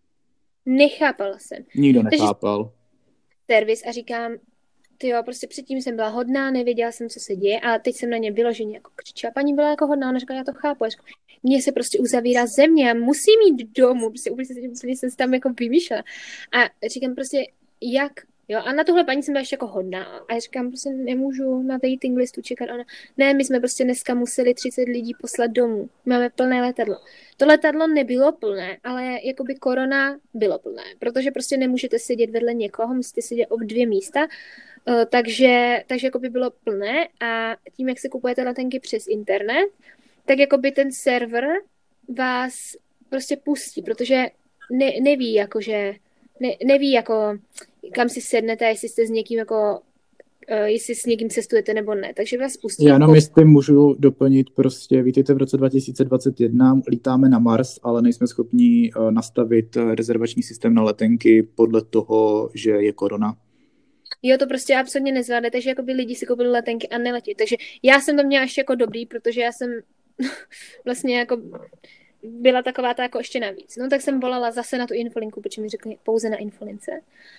Nechápala jsem.
Nikdo nechápal.
Takže servis a říkám, tyjo, prostě předtím jsem byla hodná, nevěděla jsem, co se děje, ale teď jsem na ně vyloženě jako křičela. Paní byla jako hodná, ona říkala, já to chápu. Já říkala, mně se prostě uzavírá země, já musím jít domů, prostě úplně, úplně jsem si tam jako vymýšlela. A říkám prostě, jak. Jo, a na tuhle paní jsem byla ještě jako hodná. A já říkám, prostě nemůžu na waiting listu čekat. Ona, ne, my jsme prostě dneska museli třicet lidí poslat domů. Máme plné letadlo. To letadlo nebylo plné, ale jakoby korona bylo plné. Protože prostě nemůžete sedět vedle někoho, musíte sedět ob dvě místa. Uh, takže, takže jakoby bylo plné a tím, jak se kupujete letenky přes internet, tak jakoby ten server vás prostě pustí, protože ne, neví, jakože ne, neví, jako kam si sednete, jestli jste s někým jako, uh, jestli s někým cestujete nebo ne, takže vás pustí.
Já jenom jestli můžu doplnit, prostě vítejte v roce dva tisíce dvacet jedna, lítáme na Mars, ale nejsme schopni uh, nastavit rezervační systém na letenky podle toho, že je korona.
Jo, to prostě absolutně nezvládne, takže jako by lidi si koupili letenky a neletí. Takže já jsem to měla ještě jako dobrý, protože já jsem vlastně jako byla taková ta jako ještě navíc. No tak jsem volala zase na tu infolinku, protože mi řekli pouze na infolince.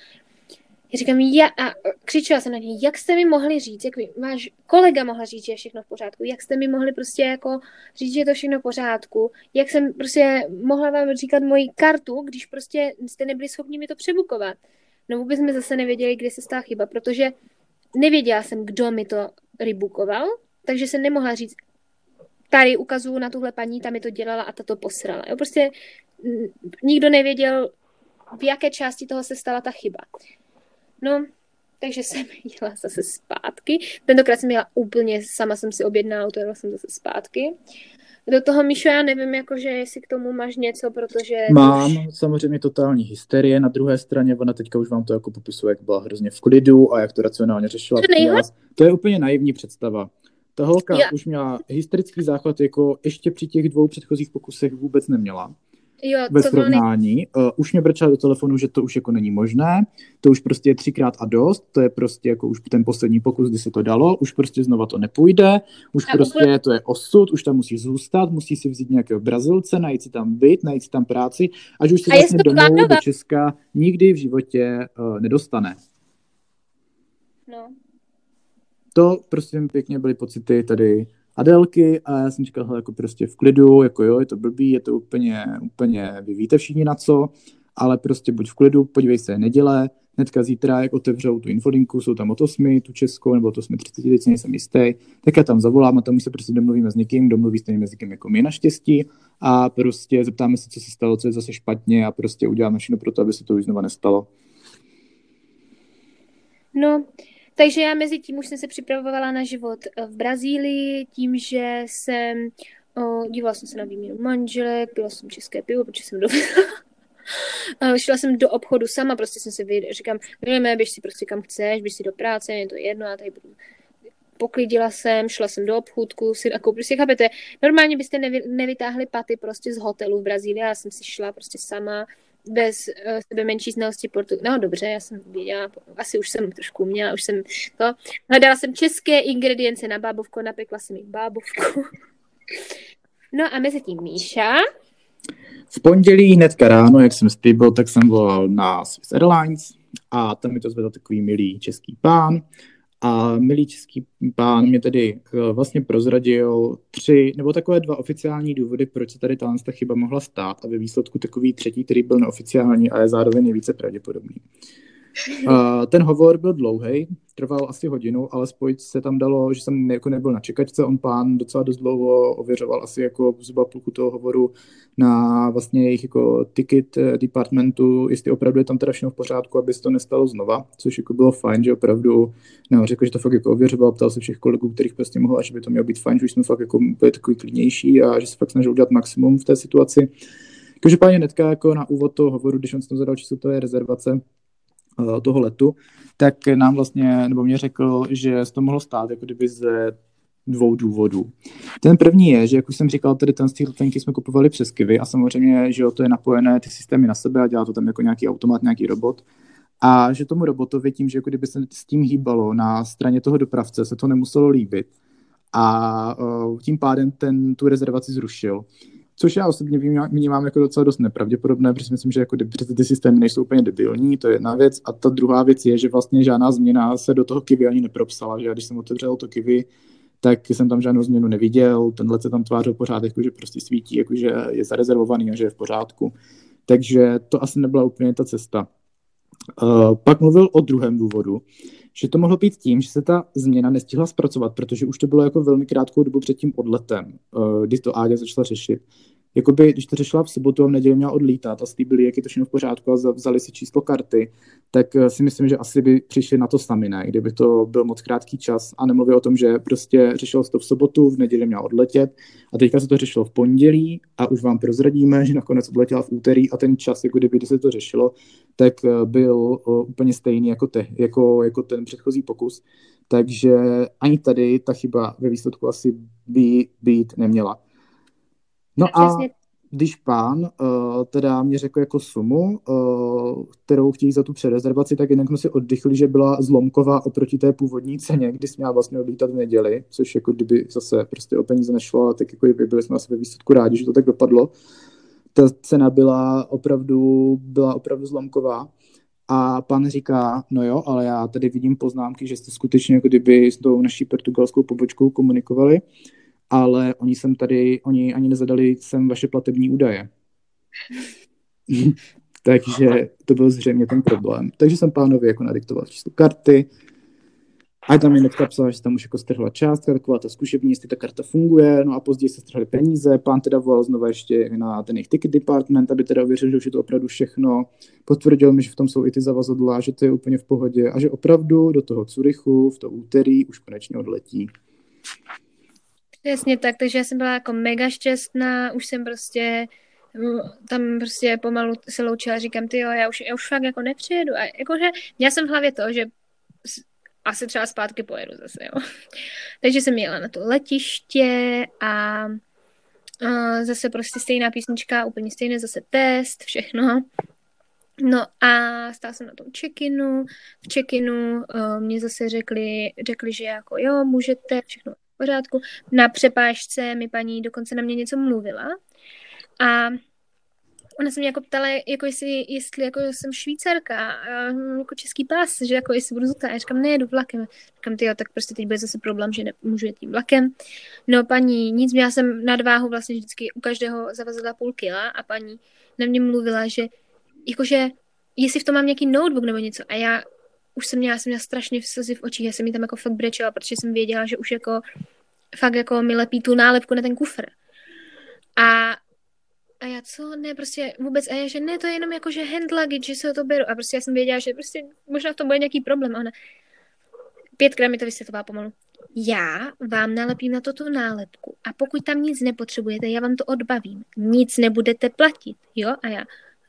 Já říkám, já, a křičela jsem na něj, jak jste mi mohli říct, jak váš kolega mohl říct, že je všechno v pořádku, jak jste mi mohli prostě jako říct, že je to všechno v pořádku, jak jsem prostě mohla vám říkat moji kartu, když prostě jste nebyli schopni mi to přebukovat. No vůbec jsme zase nevěděli, kde se stala chyba, protože nevěděla jsem, kdo mi to rebukoval, takže jsem nemohla říct, tady ukazuju na tuhle paní, ta mi to dělala a ta to posrala. Jo, prostě nikdo nevěděl, v jaké části toho se stala ta chyba. No, takže jsem jela zase zpátky. Tentokrát jsem jela úplně, sama jsem si objednala auto, jela jsem zase zpátky. Do toho, Míšo, já nevím, jakože jestli k tomu máš něco, protože...
Mám už... samozřejmě totální hysterie, na druhé straně ona teďka už vám to jako popisuje, jak byla hrozně v klidu a jak to racionálně řešila. To, to je úplně naivní představa. Ta holka já. už měla hysterický záchvat, jako ještě při těch dvou předchozích pokusech vůbec neměla.
Jo,
ve srovnání. Ne... Uh, už mě brčela do telefonu, že to už jako není možné, to už prostě je třikrát a dost, to je prostě jako už ten poslední pokus, kdy se to dalo, už prostě znova to nepůjde, už a prostě úplně... to je osud, už tam musí zůstat, musí si vzít nějakého Brazilce, najít si tam byt, najít si tam práci, až už se vlastně domů do Česka nikdy v životě uh, nedostane.
No.
To prostě pěkně byly pocity tady Adélky a já jsem říkal, hele, jako prostě v klidu, jako jo, je to blbý, je to úplně, úplně, vy víte všichni na co, ale prostě buď v klidu, podívej se, neděle, hnedka zítra, jak otevřou tu infolinku, jsou tam od osmi, tu českou, nebo od osmi třicet, teď nejsem jistý, tak já tam zavolám a tam už se prostě domluvíme s někým, domluví stejným jazykem jako my naštěstí a prostě zeptáme se, co se stalo, co je zase špatně a prostě uděláme všechno pro to, aby se to už znova nestalo.
No, takže já mezi tím už jsem se připravovala na život v Brazílii, tím, že jsem o, dívala jsem se na výměnu manželek, pila jsem české pivo, protože jsem dovedla. Uh, šla jsem do obchodu sama, prostě jsem si vy... říkám, Williame, běž si prostě kam chceš, běž si do práce, je to jedno, já tady budu. Poklidila jsem, šla jsem do obchůdku, si nakoupila, prostě chápete, normálně byste nevy, nevytáhli paty prostě z hotelu v Brazílii, já jsem si šla prostě sama, bez uh, sebe menší znalosti portu. No dobře, já jsem věděla, asi už jsem trošku uměla, už jsem to, hledala jsem české ingredience na bábovku, napekla jsem jich bábovku. No a mezi tím Míša.
V pondělí hnedka ráno, jak jsem stýbil, tak jsem volal na Swiss Airlines a tam mi to zvedl takový milý český pán. A milý český pán mě tedy vlastně prozradil tři, nebo takové dva oficiální důvody, proč se tady ta chyba mohla stát a ve výsledku takový třetí, který byl neoficiální a je zároveň nejvíce pravděpodobný. Uh, ten hovor byl dlouhý, trval asi hodinu, ale spojit se tam dalo, že jsem jako nebyl na čekačce, on pán docela dost dlouho ověřoval asi jako zhruba půlku toho hovoru na vlastně jejich jako ticket departmentu, jestli opravdu je tam teda všechno v pořádku, aby se to nestalo znova, což jako bylo fajn, že opravdu, no, řekl, že to fakt jako ověřoval, ptal se všech kolegů, kterých prostě mohl, a že by to mělo být fajn, že už jsme fakt jako byli takový klidnější a že se fakt snažil udělat maximum v té situaci. Každopádně hnedka jako na úvod toho hovoru, když on se tam zadal číslo té rezervace toho letu, tak nám vlastně, nebo mě řekl, že se to mohlo stát jako kdyby ze dvou důvodů. Ten první je, že jak už jsem říkal, tady ten styl letenky jsme kupovali přes Kiwi a samozřejmě, že to je napojené ty systémy na sebe a dělá to tam jako nějaký automat, nějaký robot. A že tomu robotovi tím, že jako kdyby se s tím hýbalo na straně toho dopravce, se to nemuselo líbit. A uh, tím pádem ten tu rezervaci zrušil. Což já osobně vnímám jako docela dost nepravděpodobné, protože myslím, že jako přece ty systémy nejsou úplně debilní, to je jedna věc. A ta druhá věc je, že vlastně žádná změna se do toho Kiwi ani nepropsala, že já když jsem otevřel to Kiwi, tak jsem tam žádnou změnu neviděl, ten let se tam tvářil pořád, jako že prostě svítí, jako že je zarezervovaný a že je v pořádku. Takže to asi nebyla úplně ta cesta. Uh, pak mluvil o druhém důvodu, že to mohlo být tím, že se ta změna nestihla zpracovat, protože už to bylo jako velmi krátkou dobu před tím odletem, uh, když to Áďa začala řešit. Jakoby, když to řešila v sobotu a v neděli měla odlítat a slíbili, jak je to všechno v pořádku a vzali si číslo karty, tak si myslím, že asi by přišli na to sami, ne? Kdyby to byl moc krátký čas a nemluvil o tom, že prostě řešilo se to v sobotu, v neděli měla odletět a teďka se to řešilo v pondělí a už vám prozradíme, že nakonec odletěla v úterý a ten čas, jako kdyby, když se to řešilo, tak byl úplně stejný jako, te, jako, jako ten předchozí pokus. Takže ani tady ta chyba ve výsledku asi by být neměla. No a když pán uh, teda mě řekl jako sumu, uh, kterou chtějí za tu přerezervaci, tak jinak jsme si oddychli, že byla zlomková oproti té původní ceně, kdy jsme vlastně odlítat v neděli, což jako kdyby zase prostě o peníze nešlo, ale tak jako kdyby byli jsme asi ve výsledku rádi, že to tak dopadlo. Ta cena byla opravdu, byla opravdu zlomková. A pan říká, no jo, ale já tady vidím poznámky, že jste skutečně jako kdyby s tou naší portugalskou pobočkou komunikovali, ale oni sem tady, oni ani nezadali sem vaše platební údaje. Takže to byl zřejmě ten problém. Takže jsem pánovi jako nadiktoval číslo karty a tam mi netka psala, že tam už jako strhla částka, taková ta zkušební, jestli ta karta funguje, no a později se strhly peníze, pán teda volal znovu ještě na ten jejich ticket department, aby teda ověřil, že už je to opravdu všechno, potvrdil mi, že v tom jsou i ty zavazadla, že to je úplně v pohodě a že opravdu do toho Curychu v to úterý už konečně odletí.
Přesně tak, takže já jsem byla jako mega šťastná, už jsem prostě tam prostě pomalu se loučila, říkám, ty jo, já už, já už fakt jako nepřijedu. A jakože měla jsem v hlavě to, že asi třeba zpátky pojedu zase, jo. Takže jsem jela na to letiště a, a zase prostě stejná písnička, úplně stejné, zase test, všechno. No a stála jsem na tom check-inu, v check-inu uh, mě zase řekli, řekli, že jako jo, můžete, všechno v pořádku. Na přepážce mi paní dokonce na mě něco mluvila a ona se mě jako ptala, jako jestli, jestli jako jsem Švýcarka, jako český pás, že jako jestli budu zlatá. Já říkám, ne, jedu vlakem. Říkám, ty jo, tak prostě teď bude zase problém, že nemůžu jet tím vlakem. No paní, nic, měla jsem nadváhu vlastně vždycky u každého zavazadla půl kila a paní na mě mluvila, že jakože jestli v tom mám nějaký notebook nebo něco a já už jsem měla, jsem měla strašně slzy v očích, já jsem mi tam jako fakt brečela, protože jsem věděla, že už jako fakt jako mi lepí tu nálepku na ten kufr. A A já co? Ne, prostě vůbec. A já, že ne, to je jenom jako, že hand luggage, že se to beru. A prostě já jsem věděla, že prostě možná v tom bude nějaký problém. A ona pětkrát mi to vysvětlovala pomalu. Já vám nalepím na to tu nálepku. A pokud tam nic nepotřebujete, já vám to odbavím. Nic nebudete platit, jo? A já,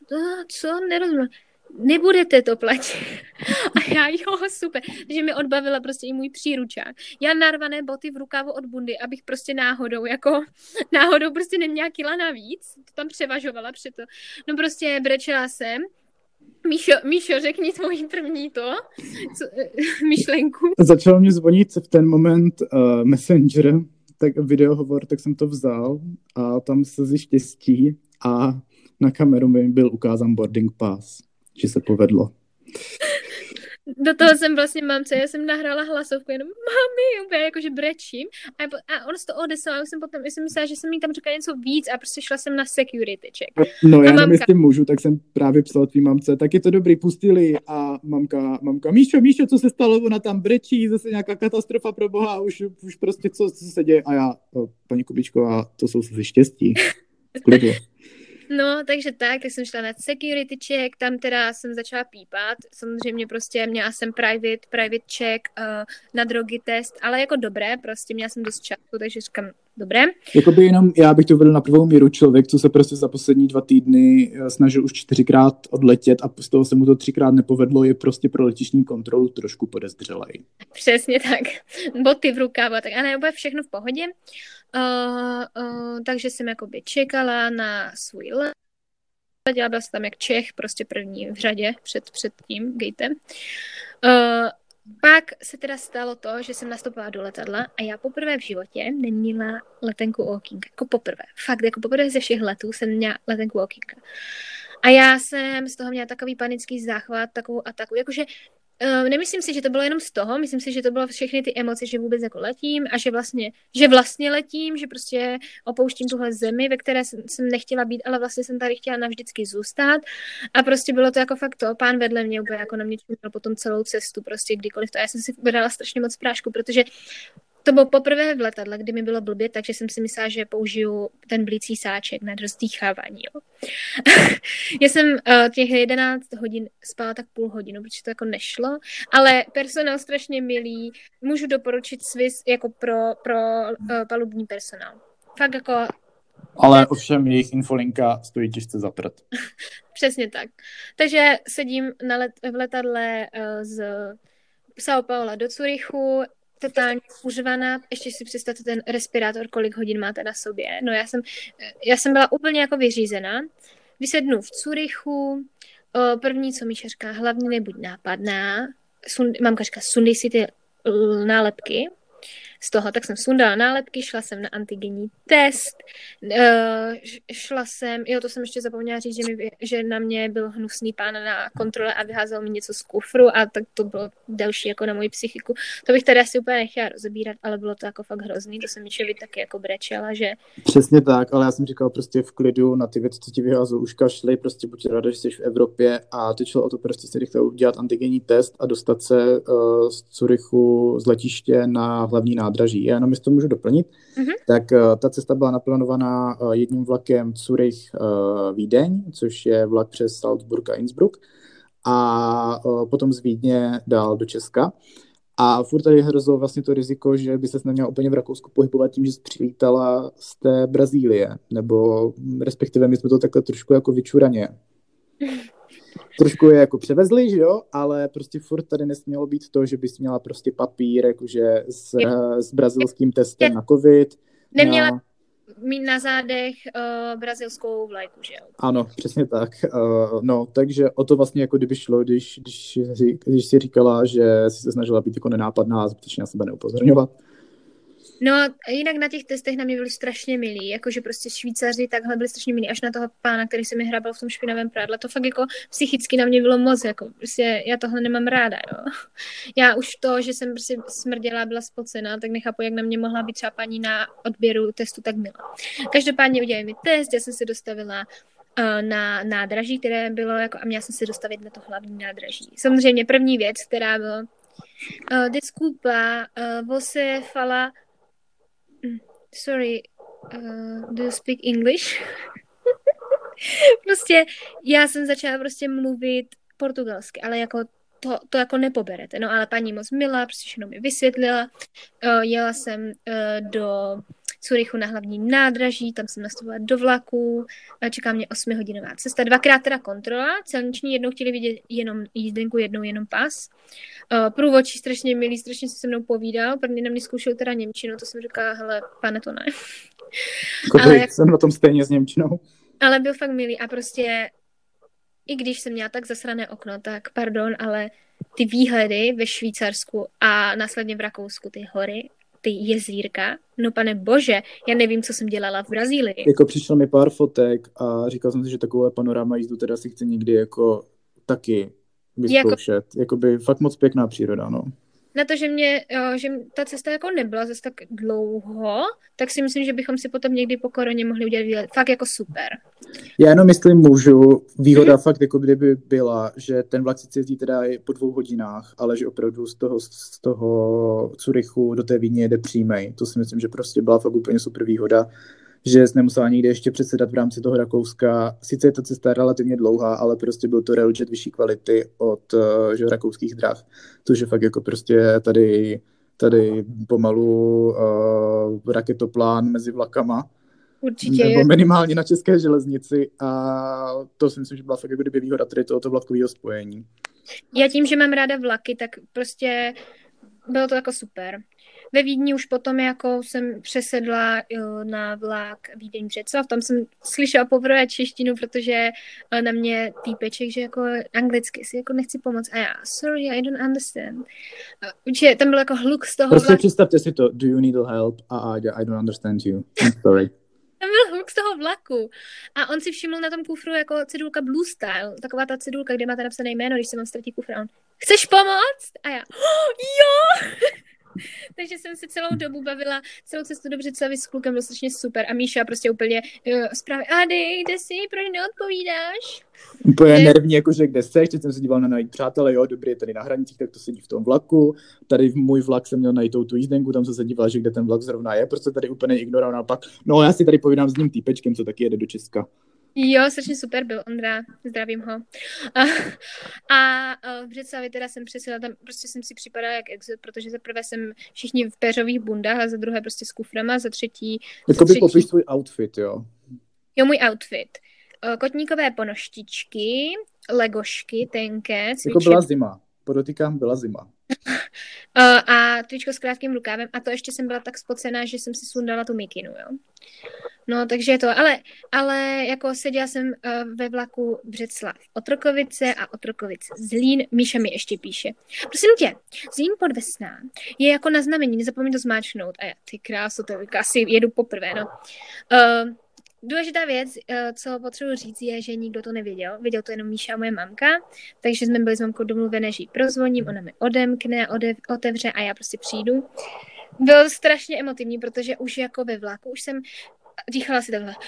to, co, nerozumím. Nebudete to platit. A já, jo, super. Takže mi odbavila prostě i můj příručák. Já narvané boty v rukávu od bundy, abych prostě náhodou, jako náhodou prostě neměla kila navíc. To tam převažovala přeto. No prostě brečela jsem. Míšo, Míšo, řekni tvojí první to, co, myšlenku.
Začal mě zvonit v ten moment uh, Messenger, tak videohovor, tak jsem to vzal a tam se ze štěstí a na kameru mi byl ukázán boarding pass, že se povedlo.
Do toho jsem vlastně mamce, já jsem nahrála hlasovku, jenom mami, úplně jakože brečím. A, a on se to odeslal, já jsem potom, já jsem myslela, že jsem jí tam řekla něco víc a prostě šla jsem na security check.
No já nevím, jestli můžu, tak jsem právě psal tvý mamce, tak je to dobrý, pustili a mamka, mamka, Míšo, Míšo, co se stalo, ona tam brečí, zase nějaká katastrofa pro boha, už, už prostě co, co se děje a já, o, paní Kubičková, to jsou se štěstí, v klidu.
No, takže tak, tak jsem šla na security check, tam teda jsem začala pípat, samozřejmě prostě měla jsem private, private check, uh, na drogy test, ale jako dobré, prostě měla jsem dost času, takže říkám, dobré.
Jakoby jenom, já bych to uvedl na prvou míru, člověk, co se prostě za poslední dva týdny snažil už čtyřikrát odletět a z toho se mu to třikrát nepovedlo, je prostě pro letišní kontrolu trošku podezřelej.
Přesně tak, boty v rukávu a tak, a ne, úplně všechno v pohodě. Uh, uh, takže jsem jakoby čekala na svůj let. Byla jsem tam jak Čech, prostě první v řadě před, před tím gatem. Uh, pak se teda stalo to, že jsem nastoupila do letadla a já poprvé v životě neměla letenku o okýnka. Jako poprvé. Fakt, jako poprvé ze všech letů jsem měla letenku o okýnka. A já jsem z toho měla takový panický záchvat, takovou ataku. Jakože Uh, nemyslím si, že to bylo jenom z toho, myslím si, že to bylo všechny ty emoce, že vůbec jako letím a že vlastně, že vlastně letím, že prostě opouštím tuhle zemi, ve které jsem, jsem nechtěla být, ale vlastně jsem tady chtěla navždycky zůstat a prostě bylo to jako fakt to, pán vedle mě úplně jako na mě čuměl potom celou cestu, prostě kdykoliv to. Já jsem si brala strašně moc prášku, protože to bylo poprvé v letadle, kdy mi bylo blbě, takže jsem si myslela, že použiju ten blící sáček na rozdýchávání. Jo. Já jsem uh, těch jedenáct hodin spala tak půl hodinu, protože to jako nešlo, ale personál strašně milý. Můžu doporučit Swiss jako pro, pro uh, palubní personál. Fakt jako...
Ale ovšem jejich infolinka stojí těžce za prd.
Přesně tak. Takže sedím na let, v letadle uh, z São Paula do Curychu, totálně uřvaná, ještě si představte ten respirátor, kolik hodin máte na sobě. No já jsem, já jsem byla úplně jako vyřízená. Vysednu v Curychu, první, co mi říká, hlavně nebuď nápadná. Sund, mamka říká, sundej si ty nálepky. Z toho, tak jsem sundala nálepky, šla jsem na antigenní test, uh, šla jsem, jo, to jsem ještě zapomněla říct, že, mi, že na mě byl hnusný pán na kontrole a vyházel mi něco z kufru a tak to bylo delší jako na moji psychiku. To bych tady asi úplně nechtěla rozebírat, ale bylo to jako fakt hrozný, to jsem Míšovi taky jako brečela, že...
Přesně tak, ale já jsem říkal prostě v klidu na ty věci, co ti vyházel, už kašli, prostě buď ráda, že jsi v Evropě a ty šlo o to prostě si chtěl udělat antigenní test a dostat se uh, z Curychu z letiště na hlavní nádraží. Já jenom jestli to můžu doplnit, mm-hmm. tak uh, ta cesta byla naplánovaná uh, jedním vlakem Curych-Vídeň, uh, což je vlak přes Salzburg a Innsbruck a uh, potom z Vídně dál do Česka. A furt tady hrozilo vlastně to riziko, že by ses neměla úplně v Rakousku pohybovat tím, že jsi přilítala z té Brazílie, nebo respektive my jsme to takhle trošku jako vyčuraně. Trošku je jako převezli, že jo, ale prostě furt tady nesmělo být to, že bys měla prostě papír, jakože s, s brazilským testem na covid.
Neměla no. mít na zádech uh, brazilskou vlajku, že jo?
Ano, přesně tak. Uh, no, takže o to vlastně jako kdyby šlo, když, když, když si říkala, že jsi se snažila být jako nenápadná a zbytečně na sebe neupozorňovat.
No a jinak na těch testech na mě byli strašně milí, jakože prostě Švýcaři takhle byli strašně milí, až na toho pána, který se mi hrabal v tom špinavém prádle, to fakt jako psychicky na mě bylo moc, jako prostě já tohle nemám ráda, jo. Já už to, že jsem prostě smrděla, byla spocená, tak nechápu, jak na mě mohla být třeba paní na odběru testu tak milá. Každopádně udělali mi test, já jsem se dostavila uh, na nádraží, které bylo jako, a měla jsem se dostavit na to hlavní nádraží. Samozřejmě první věc, která byla uh, desculpa, uh, você fala sorry, uh, do you speak English? Prostě já jsem začala prostě mluvit portugalsky, ale jako to, to jako nepoberete. No ale paní moc milá, prostě všechno mi vysvětlila. Uh, jela jsem uh, do Curychu na hlavním nádraží, tam jsem nastoupila do vlaku, čeká mě osmihodinová cesta, dvakrát teda kontrola, celniční, jednou chtěli vidět jenom jízdenku, jednou jenom pas. Průvodčí strašně milý, strašně se se mnou povídal, první na mě zkoušel teda němčinu, to jsem říkala, hele, pane, to ne.
Ale jak... jsem na tom stejně s němčinou.
Ale byl fakt milý a prostě i když jsem měla tak zasrané okno, tak pardon, ale ty výhledy ve Švýcarsku a následně v Rakousku, ty hory, ty jezírka, no pane bože, já nevím, co jsem dělala v Brazílii.
Jako přišlo mi pár fotek a říkal jsem si, že takové panoráma jízdu teda si chci někdy jako taky vyzkoušet. Jako... Jakoby fakt moc pěkná příroda, no.
Na to, že mě, jo, že ta cesta jako nebyla zase tak dlouho, tak si myslím, že bychom si potom někdy po koroně mohli udělat výlet. Fakt jako super.
Já jenom myslím, můžu, výhoda mm-hmm. fakt jako kdyby byla, že ten vlak sice jezdí teda po dvou hodinách, ale že opravdu z toho, z toho Curychu do té Vídně jede přímej. To si myslím, že prostě byla fakt úplně super výhoda, že jsi nemusela nikde ještě předsedat v rámci toho Rakouska. Sice je ta cesta relativně dlouhá, ale prostě byl to railjet vyšší kvality od že, rakouských drah. Což je fakt jako prostě tady, tady pomalu uh, raketoplán mezi vlakama.
Určitě.
Nebo minimálně na české železnici a to si myslím, že byla fakt jako kdyby výhoda tady tohoto vlakového spojení.
Já tím, že mám ráda vlaky, tak prostě bylo to jako super. Ve Vídni už potom jako jsem přesedla jo, na vlak Vídeň-Břeclav, tam jsem slyšela poprvé češtinu, protože na mě týpeček, že jako anglicky si jako nechci pomoct a já, sorry, I don't understand. Určitě tam byl jako hluk z toho
prostě
vlaku.
představte si to, do you need help? A ah, I don't understand you, I'm sorry.
Tam byl hluk z toho vlaku. A on si všiml na tom kufru jako cedulka Blue Style, taková ta cedulka, kde máte napsané jméno, když se vám ztratí kufr. Chceš pomoct? A já, oh, jo! Takže jsem se celou dobu bavila, celou cestu do Břeclavi s klukem, byl strašně super. A Míša prostě úplně uh, zprávě, Ady, kde jsi, proč neodpovídáš?
Úplně je... nervní, jakože kde jsi, teď jsem se díval na najít přátelé, jo, dobrý, je tady na hranicích, tak to sedí v tom vlaku. Tady v můj vlak jsem měl najít tu jízdenku, tam jsem se díval, že kde ten vlak zrovna je, prostě tady úplně ignoroval, pak, no já si tady povídám s ním týpečkem, co taky jede do Česka.
Jo, strašně super byl Ondra, zdravím ho. A, a, a v Břeclavi teda jsem přesila, tam prostě jsem si připadala jak exot, protože za prvé jsem všichni v péřových bundách a za druhé prostě s kuframa, za třetí...
Jako by popiš tvůj outfit, jo?
Jo, můj outfit. Kotníkové ponoštičky, legošky, tenké.
Cvičet... Jako byla zima, podotýkám, byla zima.
A tričko s krátkým rukávem a to ještě jsem byla tak spocená, že jsem si sundala tu mikinu, jo. No, takže to, ale, ale jako seděla jsem uh, ve vlaku Břeclav Otrokovice a Otrokovice Zlín. Míša mi ještě píše. Prosím tě, Zlín pod Vesná je jako na znamení, nezapomeň to zmáčknout. A já, ty kráso, to asi jedu poprvé, no. Uh, Důležitá věc, co potřebuji říct, je, že nikdo to nevěděl. Věděl to jenom Míša a moje mamka, takže jsme byli s mamkou domluvené, že jí prozvoním, ona mi odemkne, odev, otevře a já prostě přijdu. Bylo strašně emotivní, protože už jako ve vlaku, už jsem dýchala si takhle.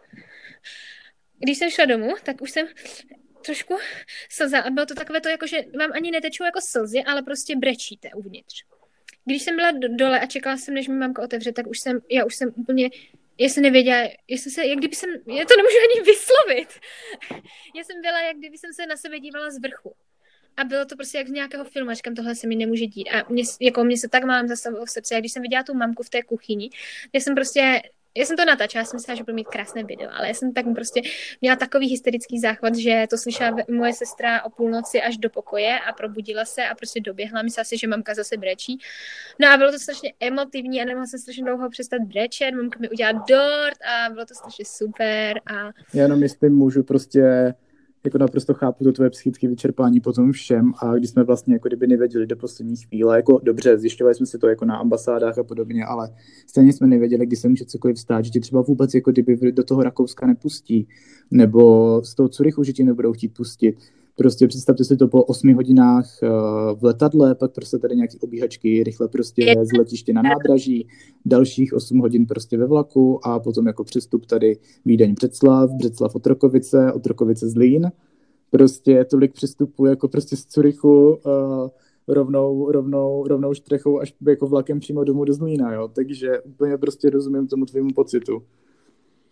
Když jsem šla domů, tak už jsem trošku slza a bylo to takové to, jako, že vám ani netečou jako slzy, ale prostě brečíte uvnitř. Když jsem byla dole a čekala jsem, než mi mamka otevře, tak už jsem, já už jsem úplně Já jsem nevěděla, já jsem se, jak kdyby jsem, já to nemůžu ani vyslovit. Já jsem byla, jak kdyby jsem se na sebe dívala z vrchu. A bylo to prostě jak z nějakého filmu, a říkám, tohle se mi nemůže dít. A mě, jako mě se tak málem zastavilo v srdci. A když jsem viděla tu mamku v té kuchyni, já jsem prostě, já jsem to natáčela, já jsem myslela, že budu mít krásné video, ale já jsem tak prostě měla takový hysterický záchvat, že to slyšela moje sestra o půlnoci až do pokoje a probudila se a prostě doběhla. Myslela si, že mamka zase brečí. No a bylo to strašně emotivní a nemohla jsem strašně dlouho přestat brečet. Mamka mi udělala dort a bylo to strašně super. A...
Já jenom jestli můžu prostě jako naprosto chápu to tvoje psychické vyčerpání po tom všem a když jsme vlastně jako kdyby nevěděli do poslední chvíle, jako dobře, zjišťovali jsme si to jako na ambasádách a podobně, ale stejně jsme nevěděli, kdy se může cokoliv stát, že tě třeba vůbec jako kdyby do toho Rakouska nepustí, nebo z toho Curychu, že tě nebudou chtít pustit. Prostě představte si to po osmi hodinách v letadle, pak prostě tady nějaké obíhačky, rychle prostě z letiště na nádraží, dalších osm hodin prostě ve vlaku a potom jako přestup tady Vídeň Břeclav, Břeclav Otrokovice, Otrokovice Zlín. Prostě tolik přestupů jako prostě z Curychu uh, rovnou, rovnou, rovnou štrechou až jako vlakem přímo domů do Zlína, jo. Takže úplně prostě rozumím tomu tvému pocitu.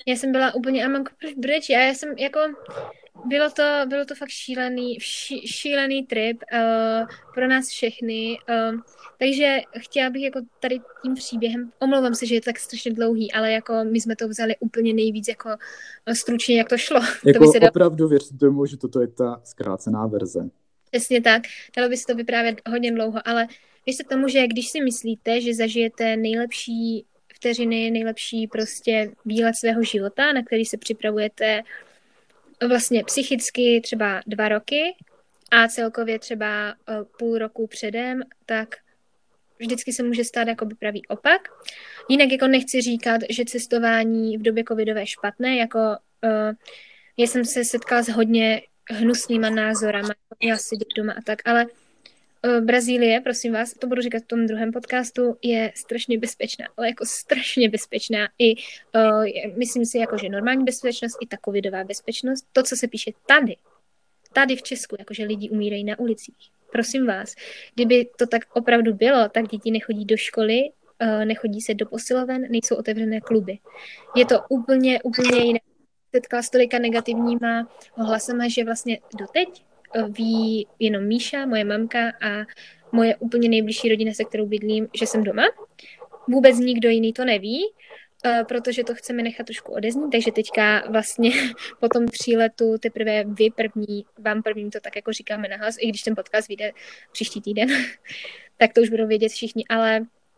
Já jsem byla úplně, a mám proč brečí, a já jsem jako, bylo to, bylo to fakt šílený, ší, šílený trip uh, pro nás všechny, uh, takže chtěla bych jako tady tím příběhem, omlouvám se, že je to tak strašně dlouhý, ale jako my jsme to vzali úplně nejvíc jako stručně, jak to šlo.
Jako
to by se dalo...
opravdu věřte tomu, že toto je ta zkrácená verze.
Přesně tak, dalo by se to vyprávět hodně dlouho, ale věřte tomu, že když si myslíte, že zažijete nejlepší vteřiny, nejlepší prostě výlet svého života, na který se připravujete vlastně psychicky třeba dva roky a celkově třeba půl roku předem, tak vždycky se může stát jakoby pravý opak. Jinak jako nechci říkat, že cestování v době covidové je špatné, jako uh, já jsem se setkala s hodně hnusnýma názorama, já sedět doma a tak, ale uh, Brazílie, prosím vás, to budu říkat v tom druhém podcastu, je strašně bezpečná, ale jako strašně bezpečná i, uh, myslím si, jako že normální bezpečnost i ta covidová bezpečnost, to, co se píše tady, tady v Česku, jakože lidi umírají na ulicích. Prosím vás, kdyby to tak opravdu bylo, tak děti nechodí do školy, nechodí se do posiloven, nejsou otevřené kluby. Je to úplně, úplně jiné. Setkala s tolika negativníma hlasama, že vlastně doteď ví jenom Míša, moje mamka a moje úplně nejbližší rodina, se kterou bydlím, že jsem doma. Vůbec nikdo jiný to neví, protože to chceme nechat trošku odeznít, takže teďka vlastně po tom příletu teprve vy první, vám prvním to tak jako říkáme nahlas, i když ten podcast vyjde příští týden, tak to už budou vědět všichni, ale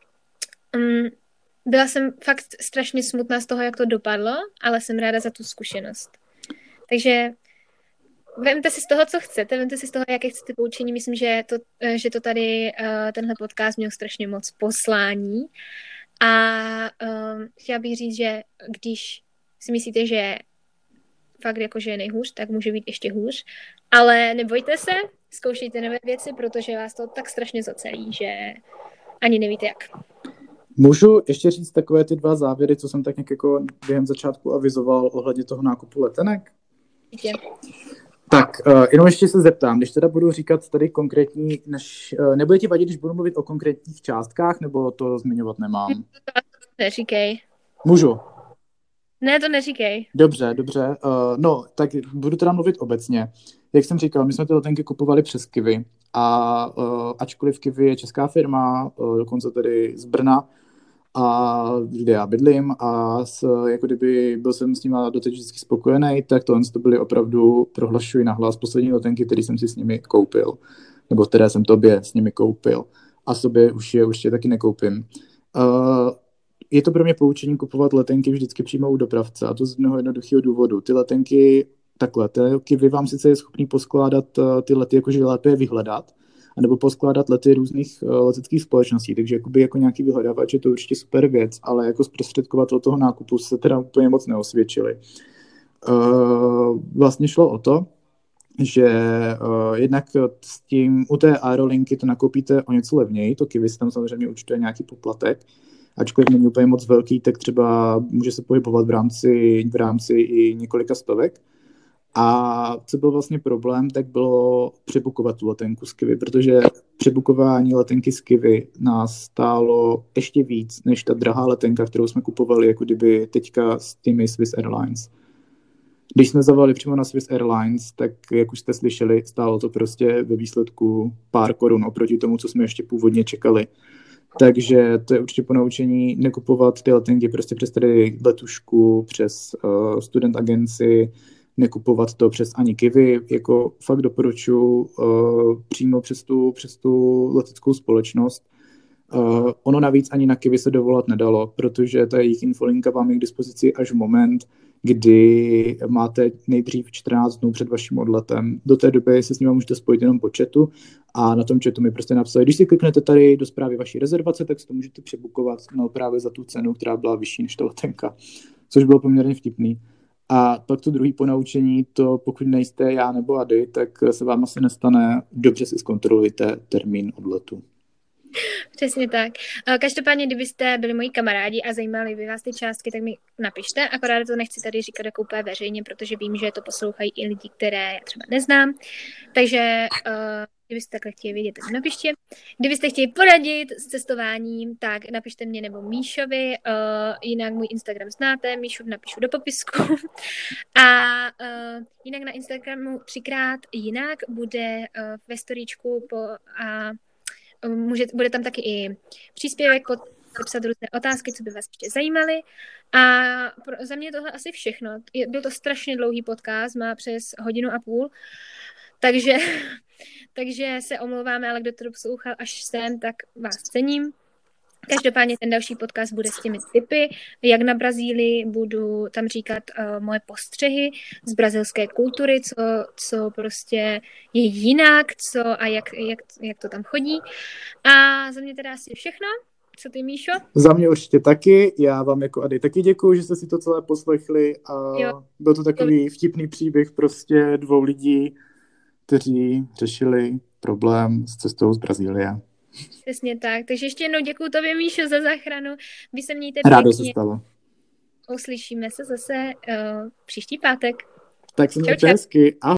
um, byla jsem fakt strašně smutná z toho, jak to dopadlo, ale jsem ráda za tu zkušenost. Takže vemte si z toho, co chcete, vemte si z toho, jaké chcete poučení. Myslím, že to, že to tady tenhle podcast měl strašně moc poslání. A um, chtěla bych říct, že když si myslíte, že fakt jako, že je nejhůř, tak může být ještě hůř. Ale nebojte se, zkoušejte nové věci, protože vás to tak strašně zacelí, že ani nevíte jak.
Můžu ještě říct takové ty dva závěry, co jsem tak nějak jako během začátku avizoval ohledně toho nákupu letenek?
Dítě.
Tak, uh, jenom ještě se zeptám, když teda budu říkat tady konkrétní, než, uh, nebude ti vadit, když budu mluvit o konkrétních částkách, nebo to zmiňovat nemám?
Neříkej.
Můžu?
Ne, to neříkej.
Dobře, dobře. Uh, no, tak budu teda mluvit obecně. Jak jsem říkal, my jsme ty letenky kupovali přes Kiwi a uh, ačkoliv Kiwi je česká firma, uh, dokonce tedy z Brna, a kde já bydlím a s, jako kdyby byl jsem s nimi doteď vždycky spokojený, tak to, to byly opravdu, prohlašuji nahlas, poslední letenky, které jsem si s nimi koupil, nebo které jsem tobě s nimi koupil a sobě už je určitě taky nekoupím. Uh, je to pro mě poučení kupovat letenky vždycky přímo u dopravce a to z jednoho jednoduchého důvodu. Ty letenky, takhle, Kiwi vám sice je schopný poskládat uh, ty lety, jakože lépe je vyhledat, anebo poskládat lety různých uh, leteckých společností, takže jakoby jako nějaký vyhledávač je to určitě super věc, ale jako zprostředkovatel toho nákupu se teda úplně moc neosvědčili. Uh, vlastně šlo o to, že uh, jednak s tím u té aerolinky to nakoupíte o něco levněji, to Kiwi si tam samozřejmě účtuje nějaký poplatek, ačkoliv není úplně moc velký, tak třeba může se pohybovat v rámci, v rámci i několika stovek. A co byl vlastně problém, tak bylo přebukovat tu letenku z Kiwi, protože přebukování letenky z Kiwi nás stálo ještě víc, než ta drahá letenka, kterou jsme kupovali jako kdyby teďka s těmi Swiss Airlines. Když jsme zavolali přímo na Swiss Airlines, tak jak už jste slyšeli, stálo to prostě ve výsledku pár korun oproti tomu, co jsme ještě původně čekali. Takže to je určitě ponaučení nekupovat ty letenky prostě přes tady letušku, přes uh, student agenci, nekupovat to přes ani Kiwi, jako fakt doporučuji uh, přímo přes tu, přes tu leteckou společnost. Uh, ono navíc ani na Kiwi se dovolat nedalo, protože ta jejich infolinka vám je k dispozici až v moment, kdy máte nejdřív čtrnáct dnů před vaším odletem. Do té doby se s nimi můžete spojit jenom po chatu a na tom chatu mi prostě napsali, když si kliknete tady do zprávy vaší rezervace, tak si to můžete přebukovat no, právě za tu cenu, která byla vyšší než ta letenka, což bylo poměrně vtipný. A pak to druhé ponaučení, to pokud nejste já nebo Ady, tak se vám asi nestane, dobře si zkontrolujte termín odletu.
Přesně tak. Každopádně, kdybyste byli moji kamarádi a zajímali by vás ty částky, tak mi napište. Akorát to nechci tady říkat jako úplně veřejně, protože vím, že to poslouchají i lidi, které já třeba neznám. Takže uh, kdybyste takhle chtěli vědět, tak napište. Kdybyste chtěli poradit s cestováním, tak napište mě nebo Míšovi. Uh, jinak můj Instagram znáte, Míšu napíšu do popisku. A uh, jinak na Instagramu třikrát jinak bude uh, ve storíčku po... a Může, bude tam taky i příspěvek, pod napsat různé otázky, co by vás ještě zajímaly. A pro, za mě tohle asi všechno. Je, byl to strašně dlouhý podcast, má přes hodinu a půl, takže, takže se omlouváme, ale kdo to poslouchal až sem, tak vás cením. Každopádně ten další podcast bude s těmi tipy, jak na Brazílii, budu tam říkat uh, moje postřehy z brazilské kultury, co, co prostě je jinak, co a jak, jak, jak to tam chodí. A za mě teda asi všechno. Co ty, Míšo?
Za mě určitě taky. Já vám jako Ady taky děkuju, že jste si to celé poslechli a jo. Byl to takový vtipný příběh prostě dvou lidí, kteří řešili problém s cestou z Brazílie.
Přesně tak. Takže ještě jednou děkuju tobě, Míšo, za záchranu. Vy se mějte pěkně.
Rádo se stalo.
Uslyšíme se zase uh, příští pátek.
Tak se mějte hezky. Ahoj.